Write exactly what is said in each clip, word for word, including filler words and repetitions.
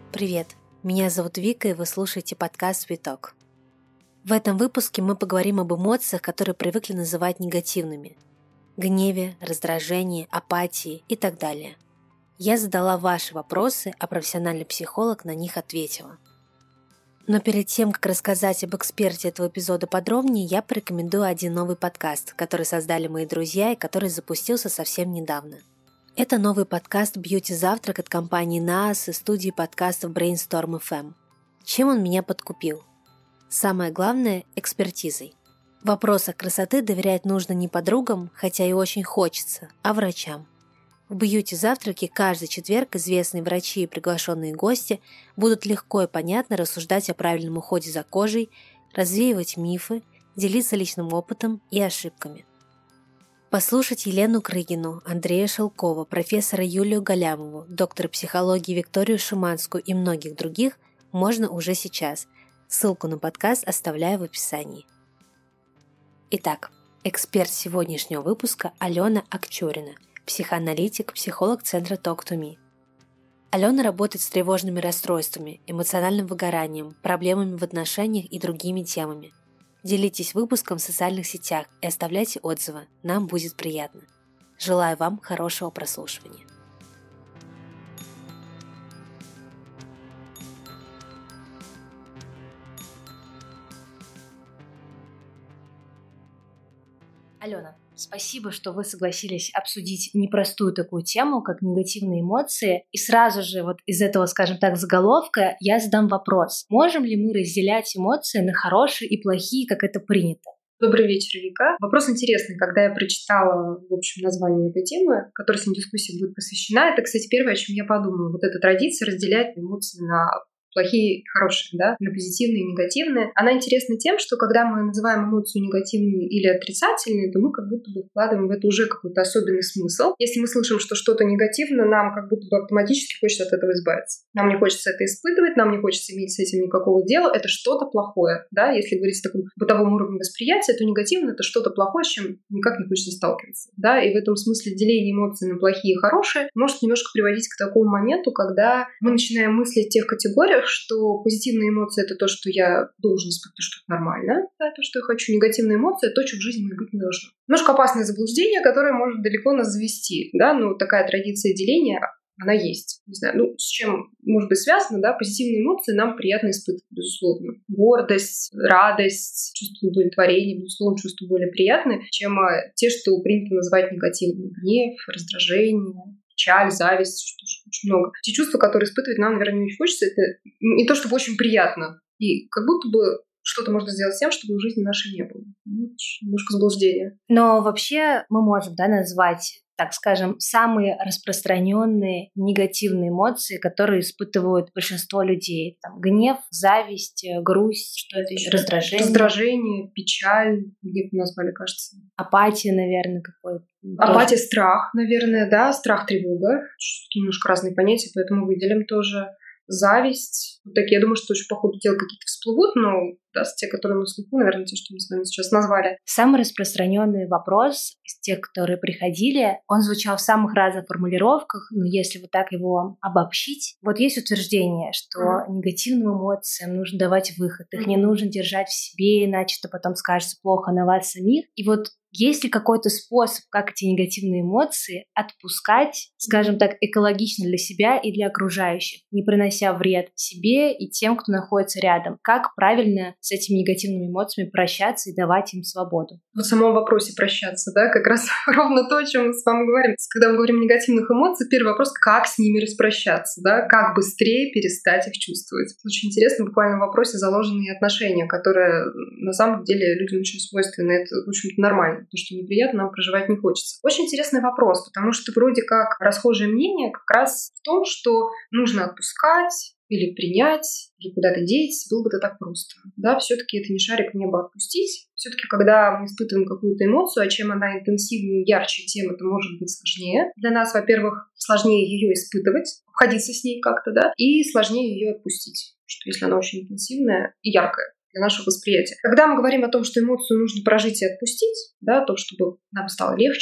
Привет, меня зовут Вика, и вы слушаете подкаст «Цветок». В этом выпуске мы поговорим об эмоциях, которые привыкли называть негативными. Гневе, раздражении, апатии и так далее. Я задала ваши вопросы, а профессиональный психолог на них ответила. Но перед тем, как рассказать об эксперте этого эпизода подробнее, я порекомендую один новый подкаст, который создали мои друзья и который запустился совсем недавно. Это новый подкаст «Бьюти-завтрак» от компании наас и студии подкастов Brainstorm эф эм. Чем он меня подкупил? Самое главное – экспертизой. В вопросах красоты доверять нужно не подругам, хотя и очень хочется, а врачам. В «Бьюти-завтраке» каждый четверг известные врачи и приглашенные гости будут легко и понятно рассуждать о правильном уходе за кожей, развеивать мифы, делиться личным опытом и ошибками. Послушать Елену Крыгину, Андрея Шелкова, профессора Юлию Галямову, доктора психологии Викторию Шиманскую и многих других можно уже сейчас. Ссылку на подкаст оставляю в описании. Итак, эксперт сегодняшнего выпуска Алена Акчурина, психоаналитик, психолог центра Talk to Me. Алена работает с тревожными расстройствами, эмоциональным выгоранием, проблемами в отношениях и другими темами. Делитесь выпуском в социальных сетях и оставляйте отзывы, нам будет приятно. Желаю вам хорошего прослушивания. Алена, спасибо, что вы согласились обсудить непростую такую тему, как негативные эмоции. И сразу же вот из этого, скажем так, заголовка я задам вопрос. Можем ли мы разделять эмоции на хорошие и плохие, как это принято? Добрый вечер, Вика. Вопрос интересный. Когда я прочитала, в общем, название этой темы, которой сегодня дискуссия будет посвящена, это, кстати, первое, о чем я подумала. Вот эта традиция разделять эмоции на плохие и хорошие, да, на позитивные и негативные. Она интересна тем, что когда мы называем эмоцию негативной или отрицательной, то мы как будто бы вкладываем в это уже какой-то особенный смысл. Если мы слышим, что что-то негативно, нам как будто бы автоматически хочется от этого избавиться. Нам не хочется это испытывать, нам не хочется иметь с этим никакого дела. Это что-то плохое, да. Если говорить о таком бытовом уровне восприятия, то негативно — это что-то плохое, с чем никак не хочется сталкиваться, да. И в этом смысле деление эмоций на плохие и хорошие может немножко приводить к такому моменту, когда мы начинаем мыслить в тех категориях, что позитивные эмоции — это то, что я должен испытывать, что это нормально, да, то, что я хочу. Негативные эмоции — это то, что в жизни моей быть не должно. Немножко опасное заблуждение, которое может далеко нас завести, да, но такая традиция деления, она есть. Не знаю, ну, с чем может быть связано, да, позитивные эмоции нам приятно испытывать, безусловно. Гордость, радость, чувство удовлетворения, безусловно, чувство более приятные, чем те, что принято называть негативными. Гнев, раздражение, печаль, зависть, что очень много. Те чувства, которые испытывать нам, наверное, не очень хочется, это не то, чтобы очень приятно. И как будто бы что-то можно сделать с тем, чтобы в жизни нашей не было. Немножко заблуждение. Но вообще мы можем, да, назвать, так скажем, самые распространенные негативные эмоции, которые испытывают большинство людей. Там, гнев, зависть, грусть, что это еще? Раздражение. Раздражение, печаль, где бы назвали, кажется. Апатия, наверное, какой-то. Апатия, тоже. Страх, наверное, да, страх, тревога. Немножко разные понятия, поэтому выделим тоже. Зависть. Вот такие, я думаю, что еще по ходу дела какие-то всплывут, но да, те, которые на слуху, наверное, те, что мы с вами сейчас назвали. Самый распространенный вопрос из тех, которые приходили, он звучал в самых разных формулировках, но если вот так его обобщить, вот есть утверждение, что mm-hmm. негативным эмоциям нужно давать выход, их mm-hmm. не нужно держать в себе, иначе это потом скажется плохо на вас самих. И вот есть ли какой-то способ, как эти негативные эмоции отпускать, скажем так, экологично для себя и для окружающих, не принося вред себе и тем, кто находится рядом? Как правильно с этими негативными эмоциями прощаться и давать им свободу? В самом вопросе прощаться, да, как раз ровно то, о чем мы с вами говорим. Когда мы говорим о негативных эмоциях, первый вопрос — как с ними распрощаться, да, как быстрее перестать их чувствовать. Очень интересно, буквально в вопросе заложены и отношения, которые на самом деле людям очень свойственны. Это, в общем-то, нормально. То, что неприятно, нам проживать не хочется. Очень интересный вопрос, потому что вроде как расхожее мнение как раз в том, что нужно отпускать или принять, или куда-то деть, было бы это так просто. Да, все-таки это не шарик в небо отпустить. Все-таки, когда мы испытываем какую-то эмоцию, а чем она интенсивнее, ярче, тем это может быть сложнее. Для нас, во-первых, сложнее ее испытывать, обходиться с ней как-то, да, и сложнее ее отпустить, что если она очень интенсивная и яркая для нашего восприятия. Когда мы говорим о том, что эмоцию нужно прожить и отпустить, да, то, чтобы нам стало легче,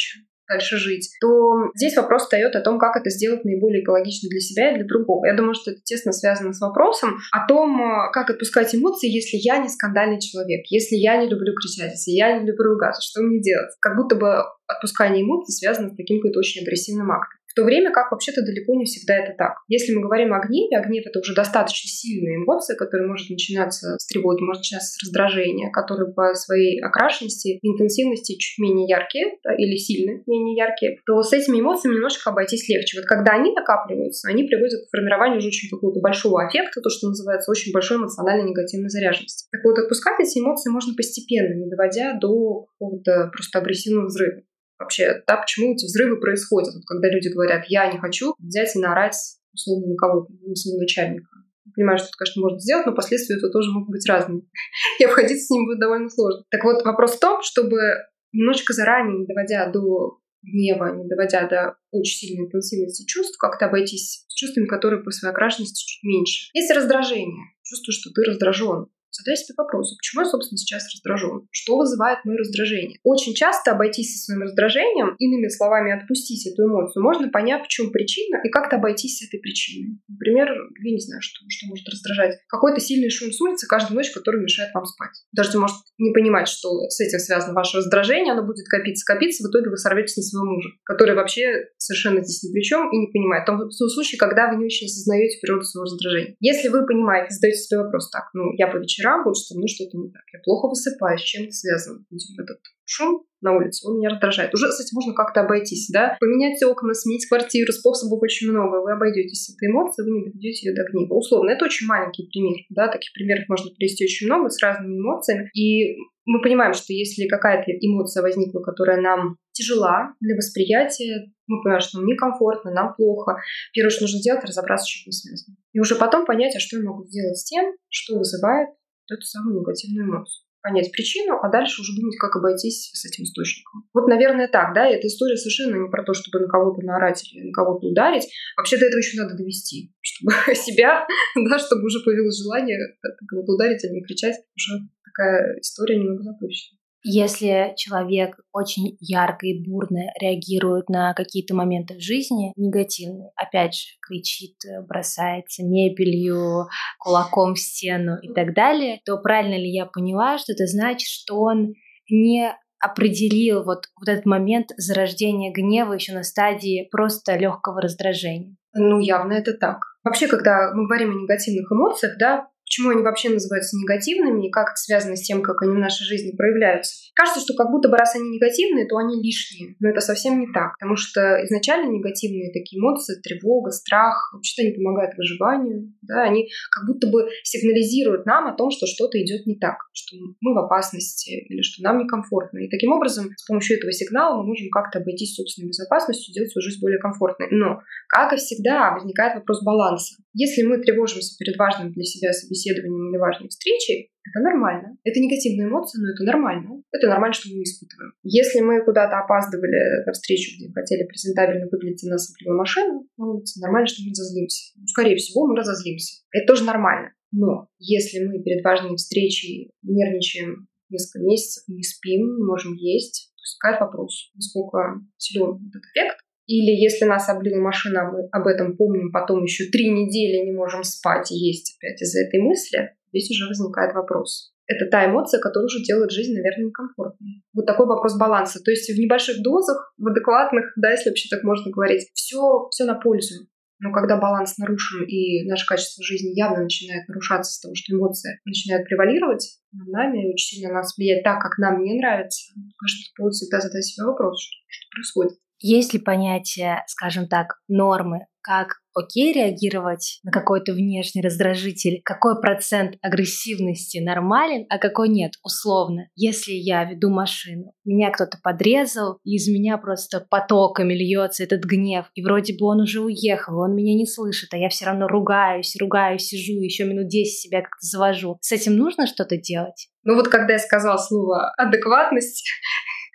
дальше жить, то здесь вопрос встает о том, как это сделать наиболее экологично для себя и для другого. Я думаю, что это тесно связано с вопросом о том, как отпускать эмоции, если я не скандальный человек, если я не люблю кричать, если я не люблю ругаться, что мне делать? Как будто бы отпускание эмоций связано с таким каким-то очень агрессивным актом. В то время как вообще-то далеко не всегда это так. Если мы говорим о гневе, а гнев — это уже достаточно сильная эмоция, которая может начинаться с тревоги, может начинаться с раздражения, которые по своей окрашенности, интенсивности чуть менее яркие, да, или сильно менее яркие, то с этими эмоциями немножко обойтись легче. Вот когда они накапливаются, они приводят к формированию уже очень какого-то большого аффекта, то, что называется очень большой эмоциональной негативной заряженности. Так вот, отпускать эти эмоции можно постепенно, не доводя до какого-то просто агрессивного взрыва. Вообще, да, почему эти взрывы происходят? Вот, когда люди говорят, я не хочу взять и наорать условно на кого-то, на своего начальника. Я понимаю, что это, конечно, можно сделать, но последствия этого тоже могут быть разными. И обходиться с ним будет довольно сложно. Так вот, вопрос в том, чтобы немножечко заранее, не доводя до гнева, не доводя до очень сильной интенсивности чувств, как-то обойтись с чувствами, которые по своей окрашенности чуть меньше. Если раздражение, чувствуешь, что ты раздражен, задай себе вопрос, почему я, собственно, сейчас раздражен? Что вызывает мое раздражение? Очень часто обойтись со своим раздражением, иными словами, отпустить эту эмоцию, можно, поняв, в чем причина, и как-то обойтись с этой причиной. Например, я не знаю, что, что может раздражать. Какой-то сильный шум с улицы каждую ночь, который мешает вам спать. Даже ты можете не понимать, что с этим связано ваше раздражение, оно будет копиться, копиться, в итоге вы сорветесь на своего мужа, который вообще совершенно здесь ни при чем и не понимает. В том случае, когда вы не очень осознаете природу своего раздражения. Если вы понимаете, задаете себе вопрос, так, ну, я по вечерам, вот что мне что-то не так. Я плохо высыпаюсь, с чем это связано? Этот шум на улице, он меня раздражает. Уже с этим можно как-то обойтись, да? Поменять окна, сменить квартиру, способов очень много. Вы обойдетесь с этой эмоцией, вы не доведете ее до гнева. Условно, это очень маленький пример, да? Таких примеров можно привести очень много с разными эмоциями. И мы понимаем, что если какая-то эмоция возникла, которая нам тяжела для восприятия, мы понимаем, что нам некомфортно, нам плохо. Первое, что нужно сделать, разобраться, с чем это связано. И уже потом понять, а что я могу сделать с тем, что вызывает эту самую негативную эмоцию. Понять причину, а дальше уже думать, как обойтись с этим источником. Вот, наверное, так, да, эта история совершенно не про то, чтобы на кого-то наорать или на кого-то ударить. Вообще до этого еще надо довести, чтобы себя, да, чтобы уже появилось желание кого-то ударить или не кричать. Уже такая история немного запущена. Если человек очень ярко и бурно реагирует на какие-то моменты в жизни негативные, опять же, кричит, бросается мебелью, кулаком в стену и так далее, то правильно ли я поняла, что это значит, что он не определил вот, вот этот момент зарождения гнева еще на стадии просто легкого раздражения? Ну, явно это так. Вообще, когда мы говорим о негативных эмоциях, да, почему они вообще называются негативными и как это связано с тем, как они в нашей жизни проявляются. Кажется, что как будто бы раз они негативные, то они лишние. Но это совсем не так, потому что изначально негативные такие эмоции, тревога, страх, вообще-то они помогают выживанию, да, они как будто бы сигнализируют нам о том, что что-то идет не так, что мы в опасности или что нам некомфортно. И таким образом, с помощью этого сигнала мы можем как-то обойтись собственной безопасностью, сделать свою жизнь более комфортной. Но, как и всегда, возникает вопрос баланса. Если мы тревожимся перед важным для себя собеседованием или важной встречей, это нормально. Это негативная эмоция, но это нормально. Это нормально, что мы ее испытываем. Если мы куда-то опаздывали на встречу, где хотели презентабельно выглядеть, и нас облила машина на улице, нормально, что мы разозлимся. Ну, скорее всего, мы разозлимся. Это тоже нормально. Но если мы перед важной встречей нервничаем несколько месяцев, не спим, не можем есть, то возникает вопрос, насколько силен этот эффект. Или если нас облила машина, мы об этом помним, потом еще три недели не можем спать и есть опять из-за этой мысли, здесь уже возникает вопрос. Это та эмоция, которая уже делает жизнь, наверное, некомфортной. Вот такой вопрос баланса. То есть в небольших дозах, в адекватных, да, если вообще так можно говорить, все, все на пользу. Но когда баланс нарушен и наше качество жизни явно начинает нарушаться с того, что эмоции начинают превалировать над нами и очень сильно нас влиять так, как нам не нравится, конечно, повод всегда задать себе вопрос, что, что происходит. Есть ли понятие, скажем так, нормы, как окей реагировать на какой-то внешний раздражитель, какой процент агрессивности нормален, а какой нет, условно. Если я веду машину, меня кто-то подрезал, и из меня просто потоками льется этот гнев, и вроде бы он уже уехал, он меня не слышит, а я все равно ругаюсь, ругаюсь, сижу, еще минут десять себя как-то завожу. С этим нужно что-то делать? Ну вот когда я сказала слово «адекватность»,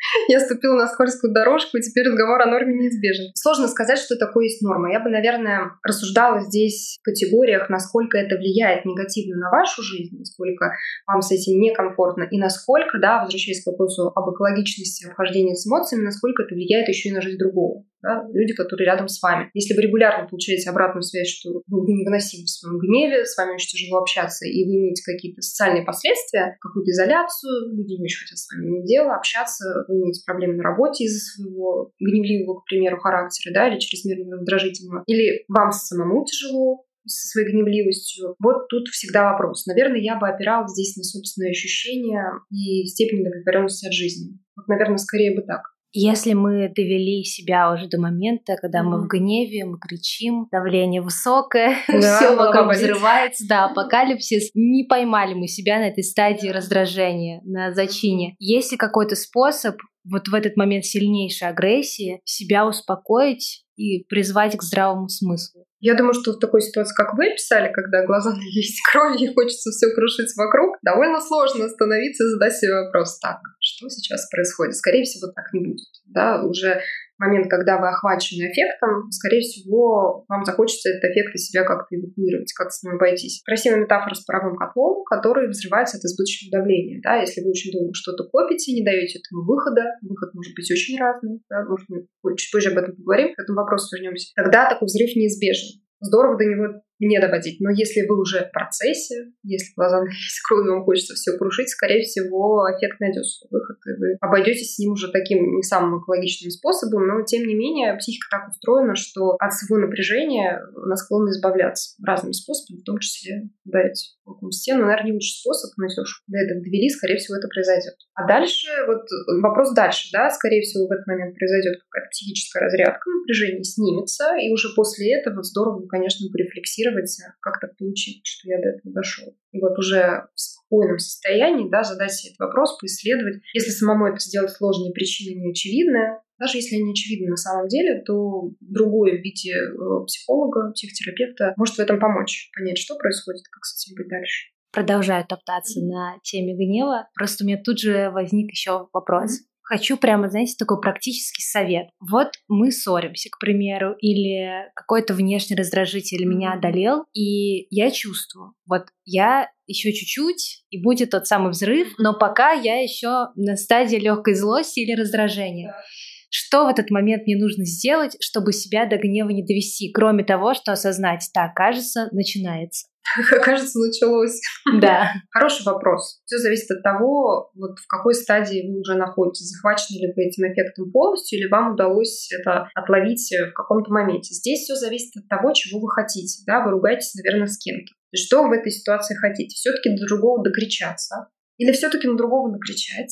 Я ступила на скользкую дорожку, и теперь разговор о норме неизбежен. Сложно сказать, что такое есть норма. Я бы, наверное, рассуждала здесь в категориях, насколько это влияет негативно на вашу жизнь, насколько вам с этим некомфортно, и насколько, да, возвращаясь к вопросу об экологичности обхождения с эмоциями, насколько это влияет еще и на жизнь другого. Да, люди, которые рядом с вами. Если вы регулярно получаете обратную связь, что вы невыносимы в своем гневе, с вами очень тяжело общаться, и вы имеете какие-то социальные последствия, какую-то изоляцию, люди не очень хотят с вами иметь дело, общаться, вы имеете проблемы на работе из-за своего гневливого, к примеру, характера, да, или чрезмерно раздражительного, или вам самому тяжело со своей гневливостью. Вот тут всегда вопрос. Наверное, я бы опиралась здесь на собственные ощущения и степень удовлетворенности от жизни. Вот, наверное, скорее бы так. Если мы довели себя уже до момента, когда mm-hmm. мы в гневе, мы кричим, давление высокое, да, все вокруг взрывается, да, апокалипсис, не поймали мы себя на этой стадии раздражения, на зачине. Есть ли какой-то способ вот в этот момент сильнейшей агрессии себя успокоить и призвать к здравому смыслу? Я думаю, что в такой ситуации, как вы описали, когда глаза налились кровью и хочется все крушить вокруг, довольно сложно остановиться и задать себе вопрос: так, что сейчас происходит? Скорее всего, так не будет. Да, уже момент, когда вы охвачены эффектом, скорее всего, вам захочется этот эффект из себя как-то эвакуировать, как-то с ним обойтись. Красивая метафора с паровым котлом, который взрывается от избыточного давления. Да? Если вы очень долго что-то копите, не даете этому выхода, выход может быть очень разный, да? Может, мы чуть позже об этом поговорим, к этому вопросу вернемся, тогда такой взрыв неизбежен. Здорово до него не доводить. Но если вы уже в процессе, если глаза налились кровью, вам хочется все крушить, скорее всего, эффект найдет свой выход, и вы обойдетесь с ним уже таким не самым экологичным способом, но, тем не менее, психика так устроена, что от своего напряжения она склонна избавляться разными способами, в том числе ударить кулаком в стену. Наверное, не лучший способ, но если уж до этого довели, скорее всего, это произойдет. А дальше, вот вопрос дальше, да, скорее всего, в этот момент произойдет какая-то психическая разрядка, напряжение снимется, и уже после этого здорово, конечно, порефлексировать, как так получилось, что я до этого дошел. И вот уже в спокойном состоянии, да, задать себе этот вопрос, поисследовать. Если самому это сделать сложно и причина не очевидная, даже если они очевидны на самом деле, то другое в виде психолога, психотерапевта может в этом помочь, понять, что происходит, как с этим быть дальше. Продолжаю топтаться mm-hmm. на теме гнева. Просто у меня тут же возник еще вопрос. Mm-hmm. Хочу прямо, знаете, такой практический совет. Вот мы ссоримся, к примеру, или какой-то внешний раздражитель меня одолел, и я чувствую, вот я еще чуть-чуть, и будет тот самый взрыв, но пока я еще на стадии легкой злости или раздражения. Что в этот момент мне нужно сделать, чтобы себя до гнева не довести, кроме того, что осознать: так, кажется, начинается. Кажется, началось. Да. Хороший вопрос. Все зависит от того, вот в какой стадии вы уже находитесь. Захвачены ли вы этим эффектом полностью, или вам удалось это отловить в каком-то моменте. Здесь все зависит от того, чего вы хотите. Да? Вы ругаетесь, наверное, с кем-то. Что вы в этой ситуации хотите? Все-таки до другого докричаться? Или все-таки на другого накричать,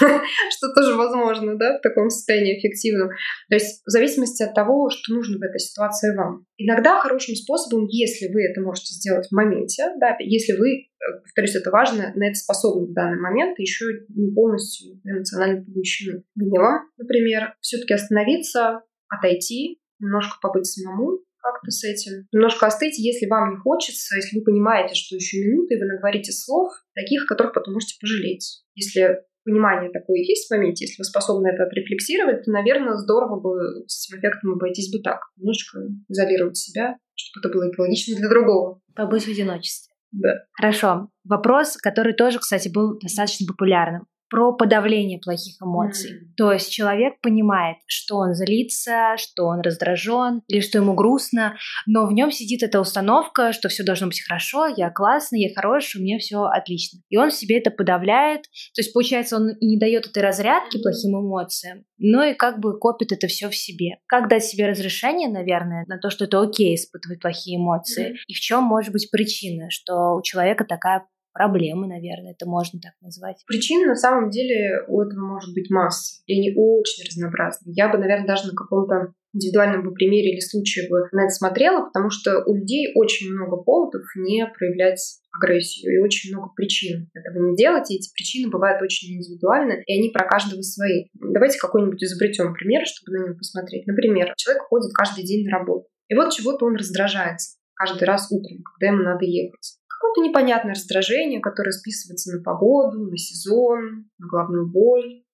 что тоже возможно, да, в таком состоянии эффективном. То есть в зависимости от того, что нужно в этой ситуации вам. Иногда хорошим способом, если вы это можете сделать в моменте, да, если вы, повторюсь, это важно, на это способны в данный момент, еще не полностью эмоционально поглощены гневом, например, все-таки остановиться, отойти, немножко побыть самому, как-то с этим. Немножко остыть, если вам не хочется, если вы понимаете, что еще минута, и вы наговорите слов, таких, которых потом можете пожалеть. Если понимание такое есть в моменте, если вы способны это отрефлексировать, то, наверное, здорово бы с этим эффектом обойтись бы так. Немножечко изолировать себя, чтобы это было экологично для другого. Побыть в одиночестве. Да. Хорошо. Вопрос, который тоже, кстати, был достаточно популярным. Про подавление плохих эмоций. Mm. То есть человек понимает, что он злится, что он раздражен или что ему грустно, но в нем сидит эта установка, что все должно быть хорошо, я классный, я хороший, у меня все отлично. И он в себе это подавляет. То есть, получается, он и не дает этой разрядки плохим эмоциям, но и как бы копит это все в себе. Как дать себе разрешение, наверное, на то, что это окей испытывать плохие эмоции, mm. и в чем может быть причина, что у человека такая проблемы, наверное, это можно так назвать. Причин на самом деле у этого может быть масса, и они очень разнообразны. Я бы, наверное, даже на каком-то индивидуальном бы примере или случае бы на это смотрела, потому что у людей очень много поводов не проявлять агрессию и очень много причин этого не делать, и эти причины бывают очень индивидуальны, и они про каждого свои. Давайте какой-нибудь изобретем пример, чтобы на него посмотреть. Например, человек ходит каждый день на работу, и вот чего-то он раздражается каждый раз утром, когда ему надо ехать. Какое-то непонятное раздражение, которое списывается на погоду, на сезон, на головную боль,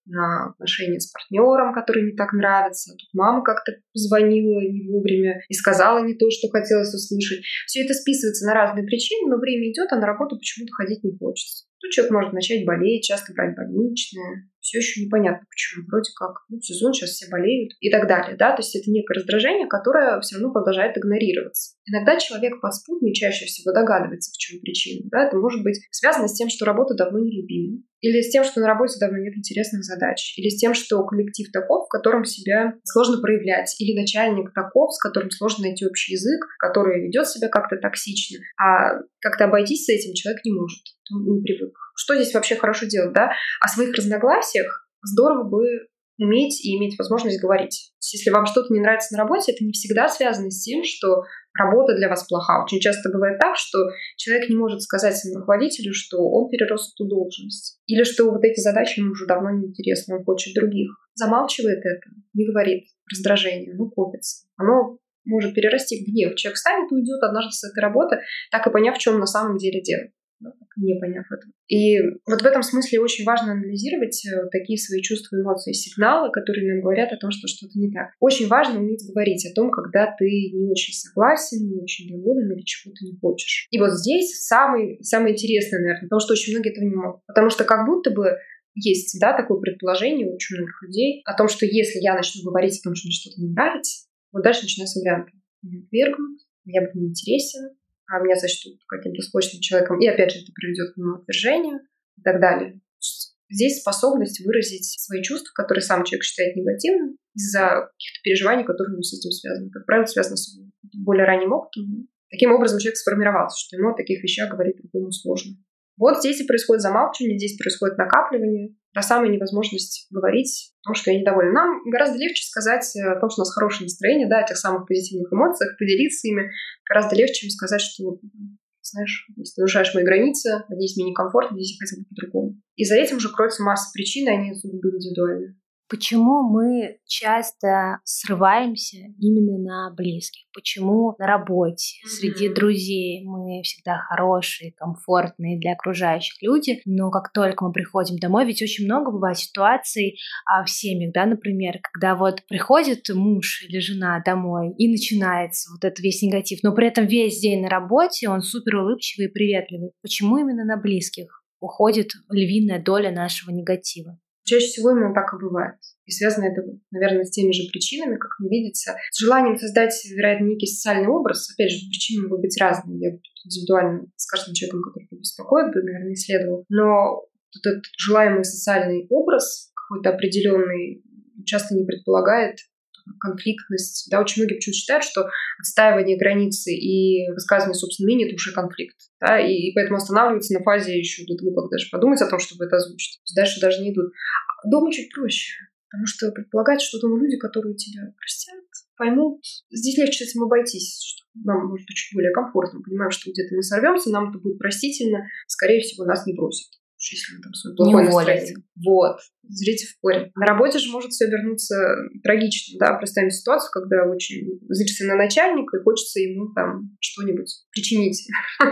на отношения с партнером, который не так нравится. Тут мама как-то позвонила не вовремя и сказала не то, что хотелось услышать. Все это списывается на разные причины, но время идет, а на работу почему-то ходить не хочется. Тут человек может начать болеть, часто брать больничные. Все еще непонятно почему. Вроде как ну, сезон, сейчас все болеют и так далее. Да? То есть это некое раздражение, которое все равно продолжает игнорироваться. Иногда человек подспудный чаще всего догадывается, в чем причина. Да? Это может быть связано с тем, что работа давно не любима. Или с тем, что на работе давно нет интересных задач. Или с тем, что коллектив таков, в котором себя сложно проявлять. Или начальник таков, с которым сложно найти общий язык, который ведет себя как-то токсично. А как-то обойтись с этим человек не может. Он не привык. Что здесь вообще хорошо делать, да? О своих разногласиях здорово бы уметь и иметь возможность говорить. Если вам что-то не нравится на работе, это не всегда связано с тем, что работа для вас плоха. Очень часто бывает так, что человек не может сказать своему руководителю, что он перерос эту должность. Или что вот эти задачи ему уже давно не интересны, он хочет других. Замалчивает это, не говорит. Раздражение, оно копится. Оно может перерасти в гнев. Человек встанет и уйдет однажды с этой работы, так и поняв, в чем на самом деле дело. Не поняв этого. И вот в этом смысле очень важно анализировать такие свои чувства, эмоции, сигналы, которые нам говорят о том, что что-то не так. Очень важно уметь говорить о том, когда ты не очень согласен, не очень доволен или чего-то не хочешь. И вот здесь самый, самое интересное, наверное, потому что очень многие этого не могут. Потому что как будто бы есть да, такое предположение у очень многих людей о том, что если я начну говорить о том, что мне что-то не нравится, вот дальше начинаются варианты. Меня отвергнут, я буду неинтересен, а меня сочтут каким-то склочным человеком, и опять же это приведет к моему отвержению и так далее. Здесь способность выразить свои чувства, которые сам человек считает негативным, из-за каких-то переживаний, которые у него с этим связаны. Как правило, связано с более ранним опытом. Таким образом человек сформировался, что ему о таких вещах говорить другому сложно. Вот здесь и происходит замалчивание, здесь происходит накапливание, та самая невозможность говорить о том, что я недовольна. Нам гораздо легче сказать о том, что у нас хорошее настроение, да, о тех самых позитивных эмоциях, поделиться ими. Гораздо легче, чем сказать, что, знаешь, если ты нарушаешь мои границы, здесь мне некомфортно, здесь я хотела бы по-другому. И за этим уже кроется масса причин, и они сугубо индивидуальны. Почему мы часто срываемся именно на близких? Почему на работе, mm-hmm. среди друзей мы всегда хорошие, комфортные для окружающих люди, но как только мы приходим домой, ведь очень много бывает ситуаций а в семьях, да, например, когда вот приходит муж или жена домой и начинается вот этот весь негатив, но при этом весь день на работе он супер улыбчивый и приветливый. Почему именно на близких уходит львиная доля нашего негатива? Чаще всего именно так и бывает. И связано это, наверное, с теми же причинами, как мне видится. С желанием создать, вероятно, некий социальный образ. Опять же, причины могут быть разные. Я индивидуально с каждым человеком, который тебя беспокоит, бы, наверное, исследовал. Но этот желаемый социальный образ, какой-то определенный, часто не предполагает конфликтность. Да, очень многие почему-то считают, что отстаивание границы и высказывание собственного мнения — это уже конфликт. Да, и, и поэтому останавливаются на фазе еще до того, как даже подумать о том, чтобы это озвучить. Дальше даже не идут. Дома чуть проще, потому что предполагать, что дома люди, которые тебя простят, поймут. Здесь легче с этим обойтись, что нам может быть чуть более комфортно. Мы понимаем, что где-то мы сорвемся, нам это будет простительно, скорее всего, нас не бросят. Если мы там свое плохое настроение. Вот. Зрите в корень. На работе же может все обернуться трагично. Да? Представим ситуацию, когда очень злится на начальника и хочется ему там что-нибудь причинить.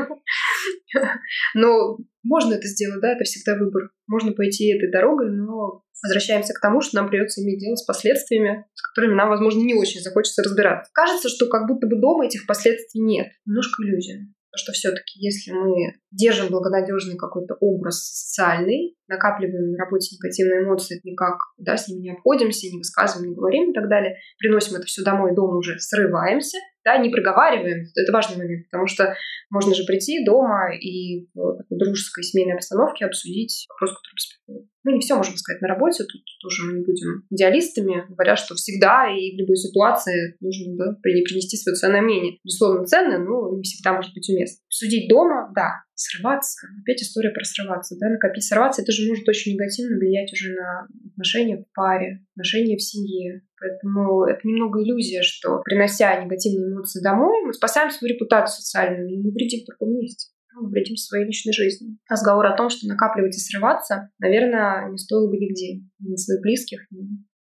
Но можно это сделать, да, это всегда выбор. Можно пойти этой дорогой, но возвращаемся к тому, что нам придется иметь дело с последствиями, с которыми нам, возможно, не очень захочется разбираться. Кажется, что как будто бы дома этих последствий нет. Немножко иллюзия. Потому что все-таки, если мы держим благонадежный какой-то образ социальный, накапливаем на работе негативные эмоции, никак да, с ними не обходимся, не высказываем, не говорим и так далее, приносим это все домой, дома уже срываемся, да, не проговариваем. Это важный момент, потому что можно же прийти дома и в такой дружеской семейной обстановке обсудить вопрос, который беспокоит. Мы не все можем сказать на работе, тут тоже мы не будем идеалистами, говоря, что всегда и в любой ситуации нужно да, принести свое ценное мнение. Безусловно, ценное, но не всегда может быть уместно. Судить дома, да, срываться. Опять история про срываться. Да? Накопить срываться, это же может очень негативно влиять уже на отношения в паре, отношения в семье. Поэтому это немного иллюзия, что, принося негативные эмоции домой, мы спасаем свою репутацию социальную, и мы вредим в другом месте. Мы вредим своей личной жизни. Разговор о том, что накапливать и срываться, наверное, не стоило бы нигде. Ни на своих близких, ни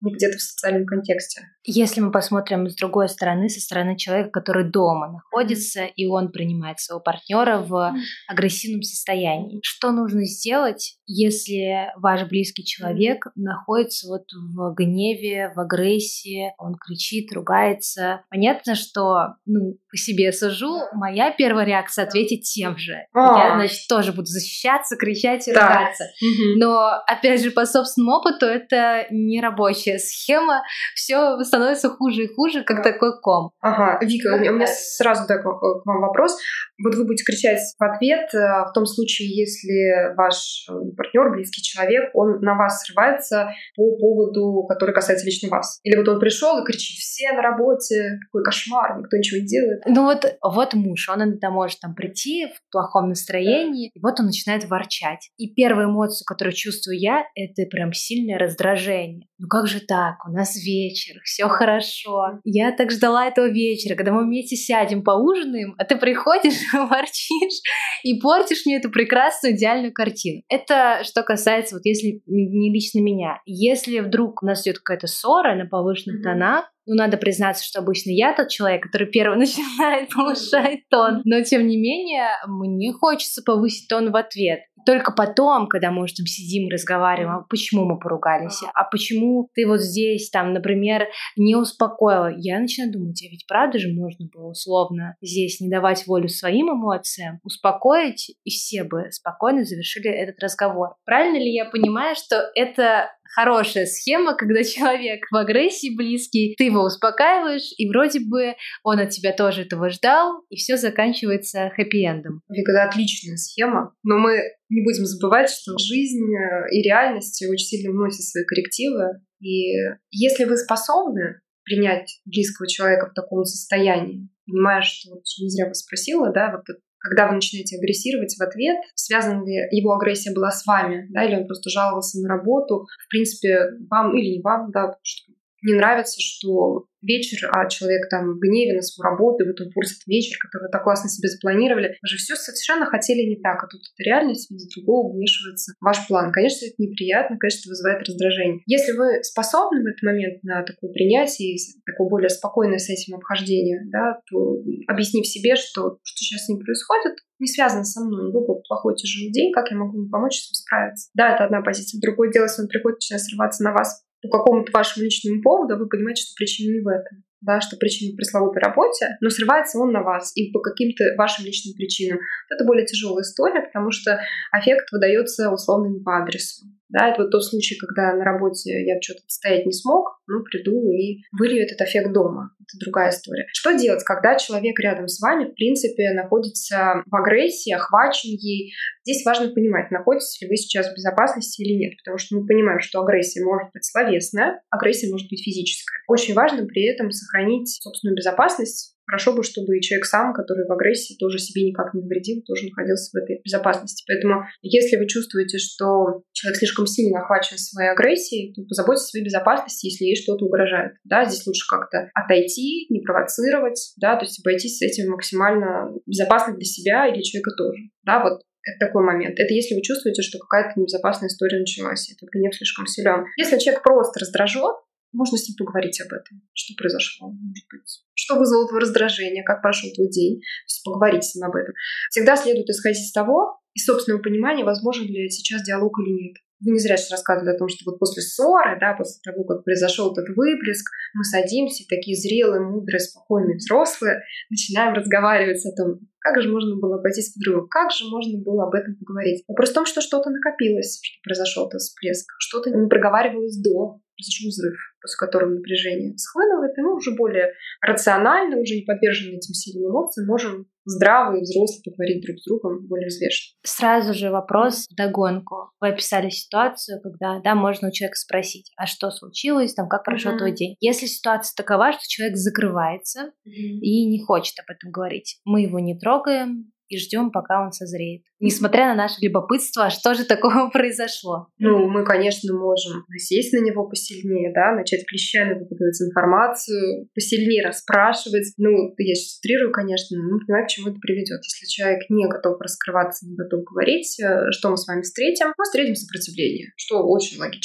не где-то в социальном контексте. Если мы посмотрим с другой стороны, со стороны человека, который дома находится, mm-hmm. и он принимает своего партнера в mm-hmm. агрессивном состоянии, что нужно сделать, если ваш близкий человек mm-hmm. находится вот в гневе, в агрессии, он кричит, ругается? Понятно, что, ну, по себе сужу, моя первая реакция ответить тем же. Oh. Я, значит, тоже буду защищаться, кричать и ругаться. Mm-hmm. Но, опять же, по собственному опыту, это не рабочая схема. Все становится хуже и хуже, как такой ком. Ага, Вика, у меня сразу так к вам вопрос. Вот вы будете кричать в ответ в том случае, если ваш партнер, близкий человек, он на вас срывается по поводу, который касается лично вас. Или вот он пришел и кричит: все на работе, какой кошмар, никто ничего не делает. Ну вот, вот муж, он иногда может там прийти в плохом настроении, и вот он начинает ворчать. И первая эмоция, которую чувствую я, это прям сильное раздражение. Ну как же так? У нас вечер, все хорошо. Я так ждала этого вечера, когда мы вместе сядем, поужинаем, а ты приходишь, ворчишь и портишь мне эту прекрасную, идеальную картину. Это что касается, вот если не лично меня. Если вдруг у нас идет какая-то ссора на повышенных mm-hmm. тонах, ну, надо признаться, что обычно я тот человек, который первый начинает повышать тон. Но, тем не менее, мне хочется повысить тон в ответ. Только потом, когда мы уже там сидим и разговариваем, а почему мы поругались, а почему ты вот здесь, там, например, не успокоила, я начинаю думать, а ведь правда же можно было условно здесь не давать волю своим эмоциям, успокоить, и все бы спокойно завершили этот разговор. Правильно ли я понимаю, что это хорошая схема, когда человек в агрессии близкий, ты его успокаиваешь, и вроде бы он от тебя тоже этого ждал, и все заканчивается хэппи-эндом. Вика, это отличная схема, но мы не будем забывать, что жизнь и реальность очень сильно вносят свои коррективы, и если вы способны принять близкого человека в таком состоянии, понимая, что вот, не зря вас спросила, да, вот когда вы начинаете агрессировать в ответ, связана ли его агрессия была с вами, да, или он просто жаловался на работу, в принципе, вам или не вам, да, потому что не нравится, что вечер, а человек там в гневе на свою работу, и вот он портит вечер, который вы так классно себе запланировали. Вы же все совершенно хотели не так, а тут это реальность, из другого вмешивается в ваш план. Конечно, это неприятно, конечно, это вызывает раздражение. Если вы способны в этот момент на такое принятие и такое более спокойное с этим обхождение, да, то объяснив себе, что что сейчас с ним происходит, не связано со мной, у него был плохой тяжелый день, как я могу ему помочь с этим справиться. Да, это одна позиция. Другое дело, если он приходит, начинает срываться на вас по какому-то вашему личному поводу, вы понимаете, что причина не в этом, да, что причина в пресловутой работе, но срывается он на вас и по каким-то вашим личным причинам. Это более тяжелая история, потому что аффект выдается условно не по адресу. Да, это вот тот случай, когда на работе я что-то отстоять не смог, ну, приду и вылью этот аффект дома. Это другая история. Что делать, когда человек рядом с вами, в принципе, находится в агрессии, охвачен ей? Здесь важно понимать, находитесь ли вы сейчас в безопасности или нет, потому что мы понимаем, что агрессия может быть словесная, агрессия может быть физическая. Очень важно при этом сохранить собственную безопасность. Хорошо бы, чтобы и человек сам, который в агрессии, тоже себе никак не навредил, тоже находился в этой безопасности. Поэтому, если вы чувствуете, что человек слишком сильно охвачен своей агрессией, то позаботьтесь о своей безопасности, если ей что-то угрожает. Да, здесь лучше как-то отойти, не провоцировать, да, то есть обойтись с этим максимально безопасно для себя и для человека тоже. Да, вот это такой момент. Это если вы чувствуете, что какая-то небезопасная история началась, и этот гнев слишком силен. Если человек просто раздражен, можно с ним поговорить об этом. Что произошло, может быть. Что вызвало твое раздражение, как прошел твой день. То есть поговорить с ним об этом. Всегда следует исходить из того, из собственного понимания, возможен ли сейчас диалог или нет. Вы не зря сейчас рассказывали о том, что вот после ссоры, да, после того, как произошел этот выплеск, мы садимся, такие зрелые, мудрые, спокойные, взрослые, начинаем разговаривать о том, как же можно было обойтись к другу, как же можно было об этом поговорить. Вопрос в том, что что-то накопилось, что произошел этот всплеск, что-то не проговаривалось до, произошел взрыв, после которого напряжение схлынывает, и мы уже более рационально, уже не подвержены этим сильным эмоциям, можем здраво и взросло поговорить друг с другом более взвешенно. Сразу же вопрос вдогонку. Вы описали ситуацию, когда, да, можно у человека спросить, а что случилось, там, как прошел mm-hmm. твой день. Если ситуация такова, что человек закрывается mm-hmm. и не хочет об этом говорить, мы его не трогаем и ждем, пока он созреет. Несмотря на наше любопытство, что же такого произошло? Ну, мы, конечно, можем сесть на него посильнее, да, начать клещами выпытывать информацию, посильнее расспрашивать. Ну, я сейчас утрирую, конечно, но мы понимаем, к чему это приведет. Если человек не готов раскрываться, не готов говорить, что мы с вами встретим? Мы встретим сопротивление, что очень логично.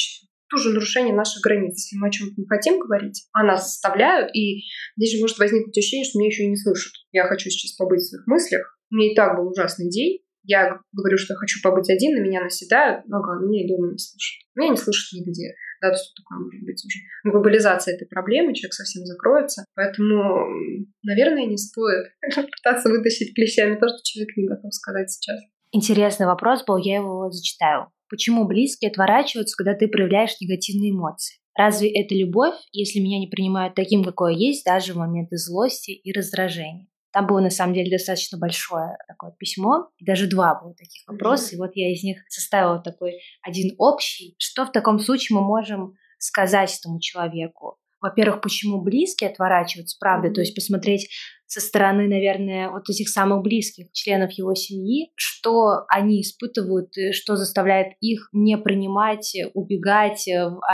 тоже нарушение наших границ. Если мы о чем-то не хотим говорить, а нас заставляют, и здесь же может возникнуть ощущение, что меня еще и не слышат. Я хочу сейчас побыть в своих мыслях. У меня и так был ужасный день. Я говорю, что я хочу побыть один, на меня наседают, ага, меня и дома не слышат. Меня не слышат нигде. Да, то, что такое может быть уже глобализация этой проблемы, человек совсем закроется. Поэтому, наверное, не стоит пытаться вытащить клещами то, что человек не готов сказать сейчас. Интересный вопрос был, я его зачитаю. Почему близкие отворачиваются, когда ты проявляешь негативные эмоции? Разве это любовь, если меня не принимают таким, какой я есть, даже в моменты злости и раздражения? Там было, на самом деле, достаточно большое такое письмо, и даже два было таких вопроса, mm-hmm. и вот я из них составила такой один общий. Что в таком случае мы можем сказать этому человеку? Во-первых, почему близкие отворачиваются, правда, mm-hmm. то есть посмотреть со стороны, наверное, вот этих самых близких членов его семьи, что они испытывают, что заставляет их не принимать, убегать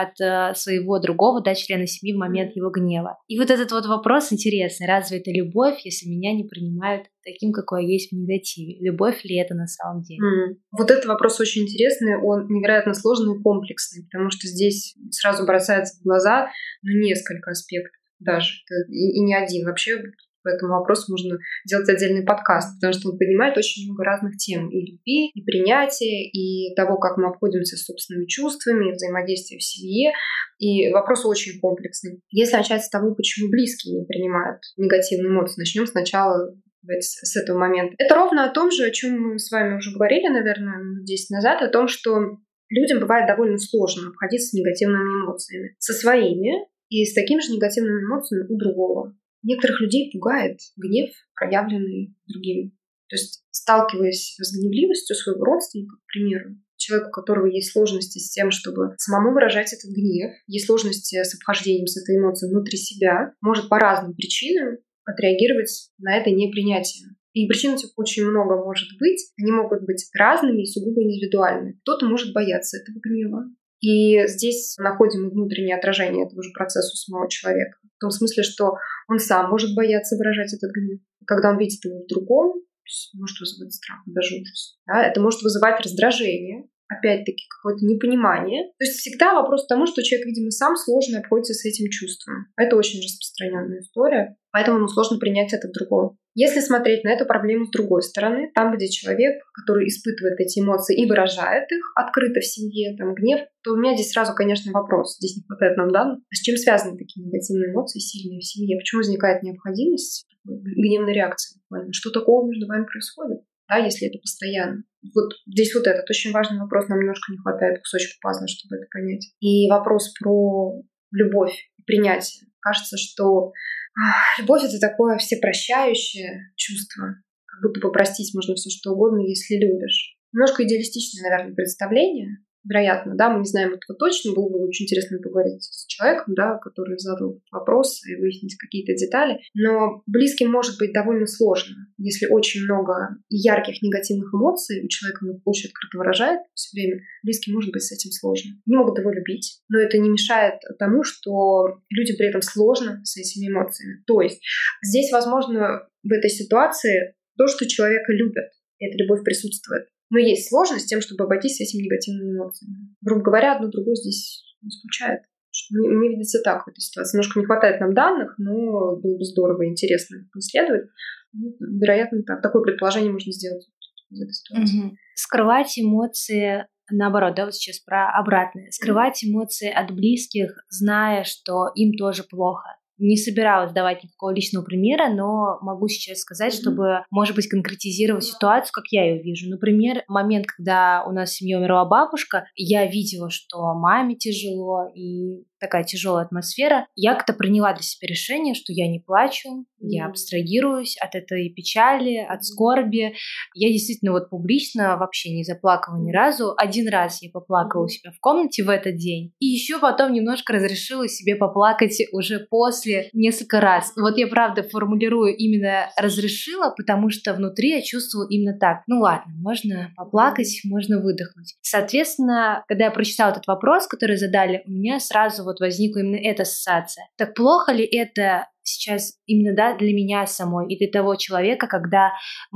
от своего другого, да, члена семьи в момент его гнева. И вот этот вот вопрос интересный. Разве это любовь, если меня не принимают таким, какой я есть в негативе? Любовь ли это на самом деле? Mm. Вот этот вопрос очень интересный, он невероятно сложный и комплексный, потому что здесь сразу бросается в глаза ну, несколько аспектов даже, и, и не один. Вообще по этому вопросу можно делать отдельный подкаст, потому что он поднимает очень много разных тем. И любви, и принятия, и того, как мы обходимся с собственными чувствами, и взаимодействия в семье. И вопрос очень комплексный. Если начать с того, почему близкие не принимают негативные эмоции, начнем сначала с этого момента. Это ровно о том же, о чем мы с вами уже говорили, наверное, десять назад, о том, что людям бывает довольно сложно обходиться с негативными эмоциями. Со своими и с такими же негативными эмоциями у другого. Некоторых людей пугает гнев, проявленный другими. То есть, сталкиваясь с гневливостью своего родственника, к примеру, человеку, у которого есть сложности с тем, чтобы самому выражать этот гнев, есть сложности с обхождением с этой эмоцией внутри себя, может по разным причинам отреагировать на это непринятие. И причин этих очень много может быть. Они могут быть разными и сугубо индивидуальными. Кто-то может бояться этого гнева. И здесь находим внутреннее отражение этого же процесса у самого человека. В том смысле, что он сам может бояться выражать этот гнев. И когда он видит его в другом, может вызывать страх, даже ужас. Да? Это может вызывать раздражение, опять-таки какое-то непонимание. То есть всегда вопрос к тому, что человек, видимо, сам сложно обходится с этим чувством. Это очень распространенная история, поэтому ему сложно принять это в другом. Если смотреть на эту проблему с другой стороны, там, где человек, который испытывает эти эмоции и выражает их открыто в семье, там, гнев, то у меня здесь сразу, конечно, вопрос. Здесь не хватает нам данных. А с чем связаны такие негативные эмоции, сильные в семье? Почему возникает необходимость гневной реакции? Что такого между вами происходит? Да, если это постоянно. Вот здесь вот этот очень важный вопрос. Нам немножко не хватает кусочка пазла, чтобы это понять. И вопрос про любовь и принятие. Кажется, что любовь — это такое всепрощающее чувство. Как будто бы простить можно все что угодно, если любишь. Немножко идеалистичное, наверное, представление. Вероятно, да, мы не знаем этого точно. Было бы очень интересно поговорить с человеком, да, который задал этот вопрос и выяснить какие-то детали. Но близким может быть довольно сложно, если очень много ярких негативных эмоций у человека он очень открыто выражает все время. Близким может быть с этим сложно. Они могут его любить, но это не мешает тому, что людям при этом сложно с этими эмоциями. То есть здесь, возможно, в этой ситуации то, что человека любят, и эта любовь присутствует. Но есть сложность с тем, чтобы обойтись с этими негативными эмоциями. Грубо говоря, одно другое здесь не исключает. Мне, мне видится так в этой ситуации. Немножко не хватает нам данных, но было бы здорово и интересно исследовать. Ну, вероятно, так. Такое предположение можно сделать из этой ситуации. Угу. Скрывать эмоции, наоборот, да, вот сейчас про обратное. Скрывать эмоции от близких, зная, что им тоже плохо. Не собиралась давать никакого личного примера, но могу сейчас сказать, mm-hmm. чтобы, может быть, конкретизировать ситуацию, как я ее вижу. Например, момент, когда у нас в семье умерла бабушка, я видела, что маме тяжело, и такая тяжелая атмосфера. Я как-то приняла для себя решение, что я не плачу, mm-hmm. я абстрагируюсь от этой печали, от скорби. Я действительно вот публично вообще не заплакала ни разу. Один раз я поплакала mm-hmm. у себя в комнате в этот день, и еще потом немножко разрешила себе поплакать уже после несколько раз. Вот я, правда, формулирую именно «разрешила», потому что внутри я чувствую именно так. Ну ладно, можно поплакать, можно выдохнуть. Соответственно, когда я прочитала этот вопрос, который задали, у меня сразу вот возникла именно эта ассоциация. Так плохо ли это сейчас именно, да, для меня самой и для того человека, когда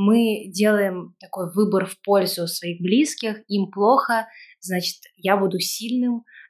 мы делаем такой выбор в пользу своих близких, им плохо, значит, я буду сильным,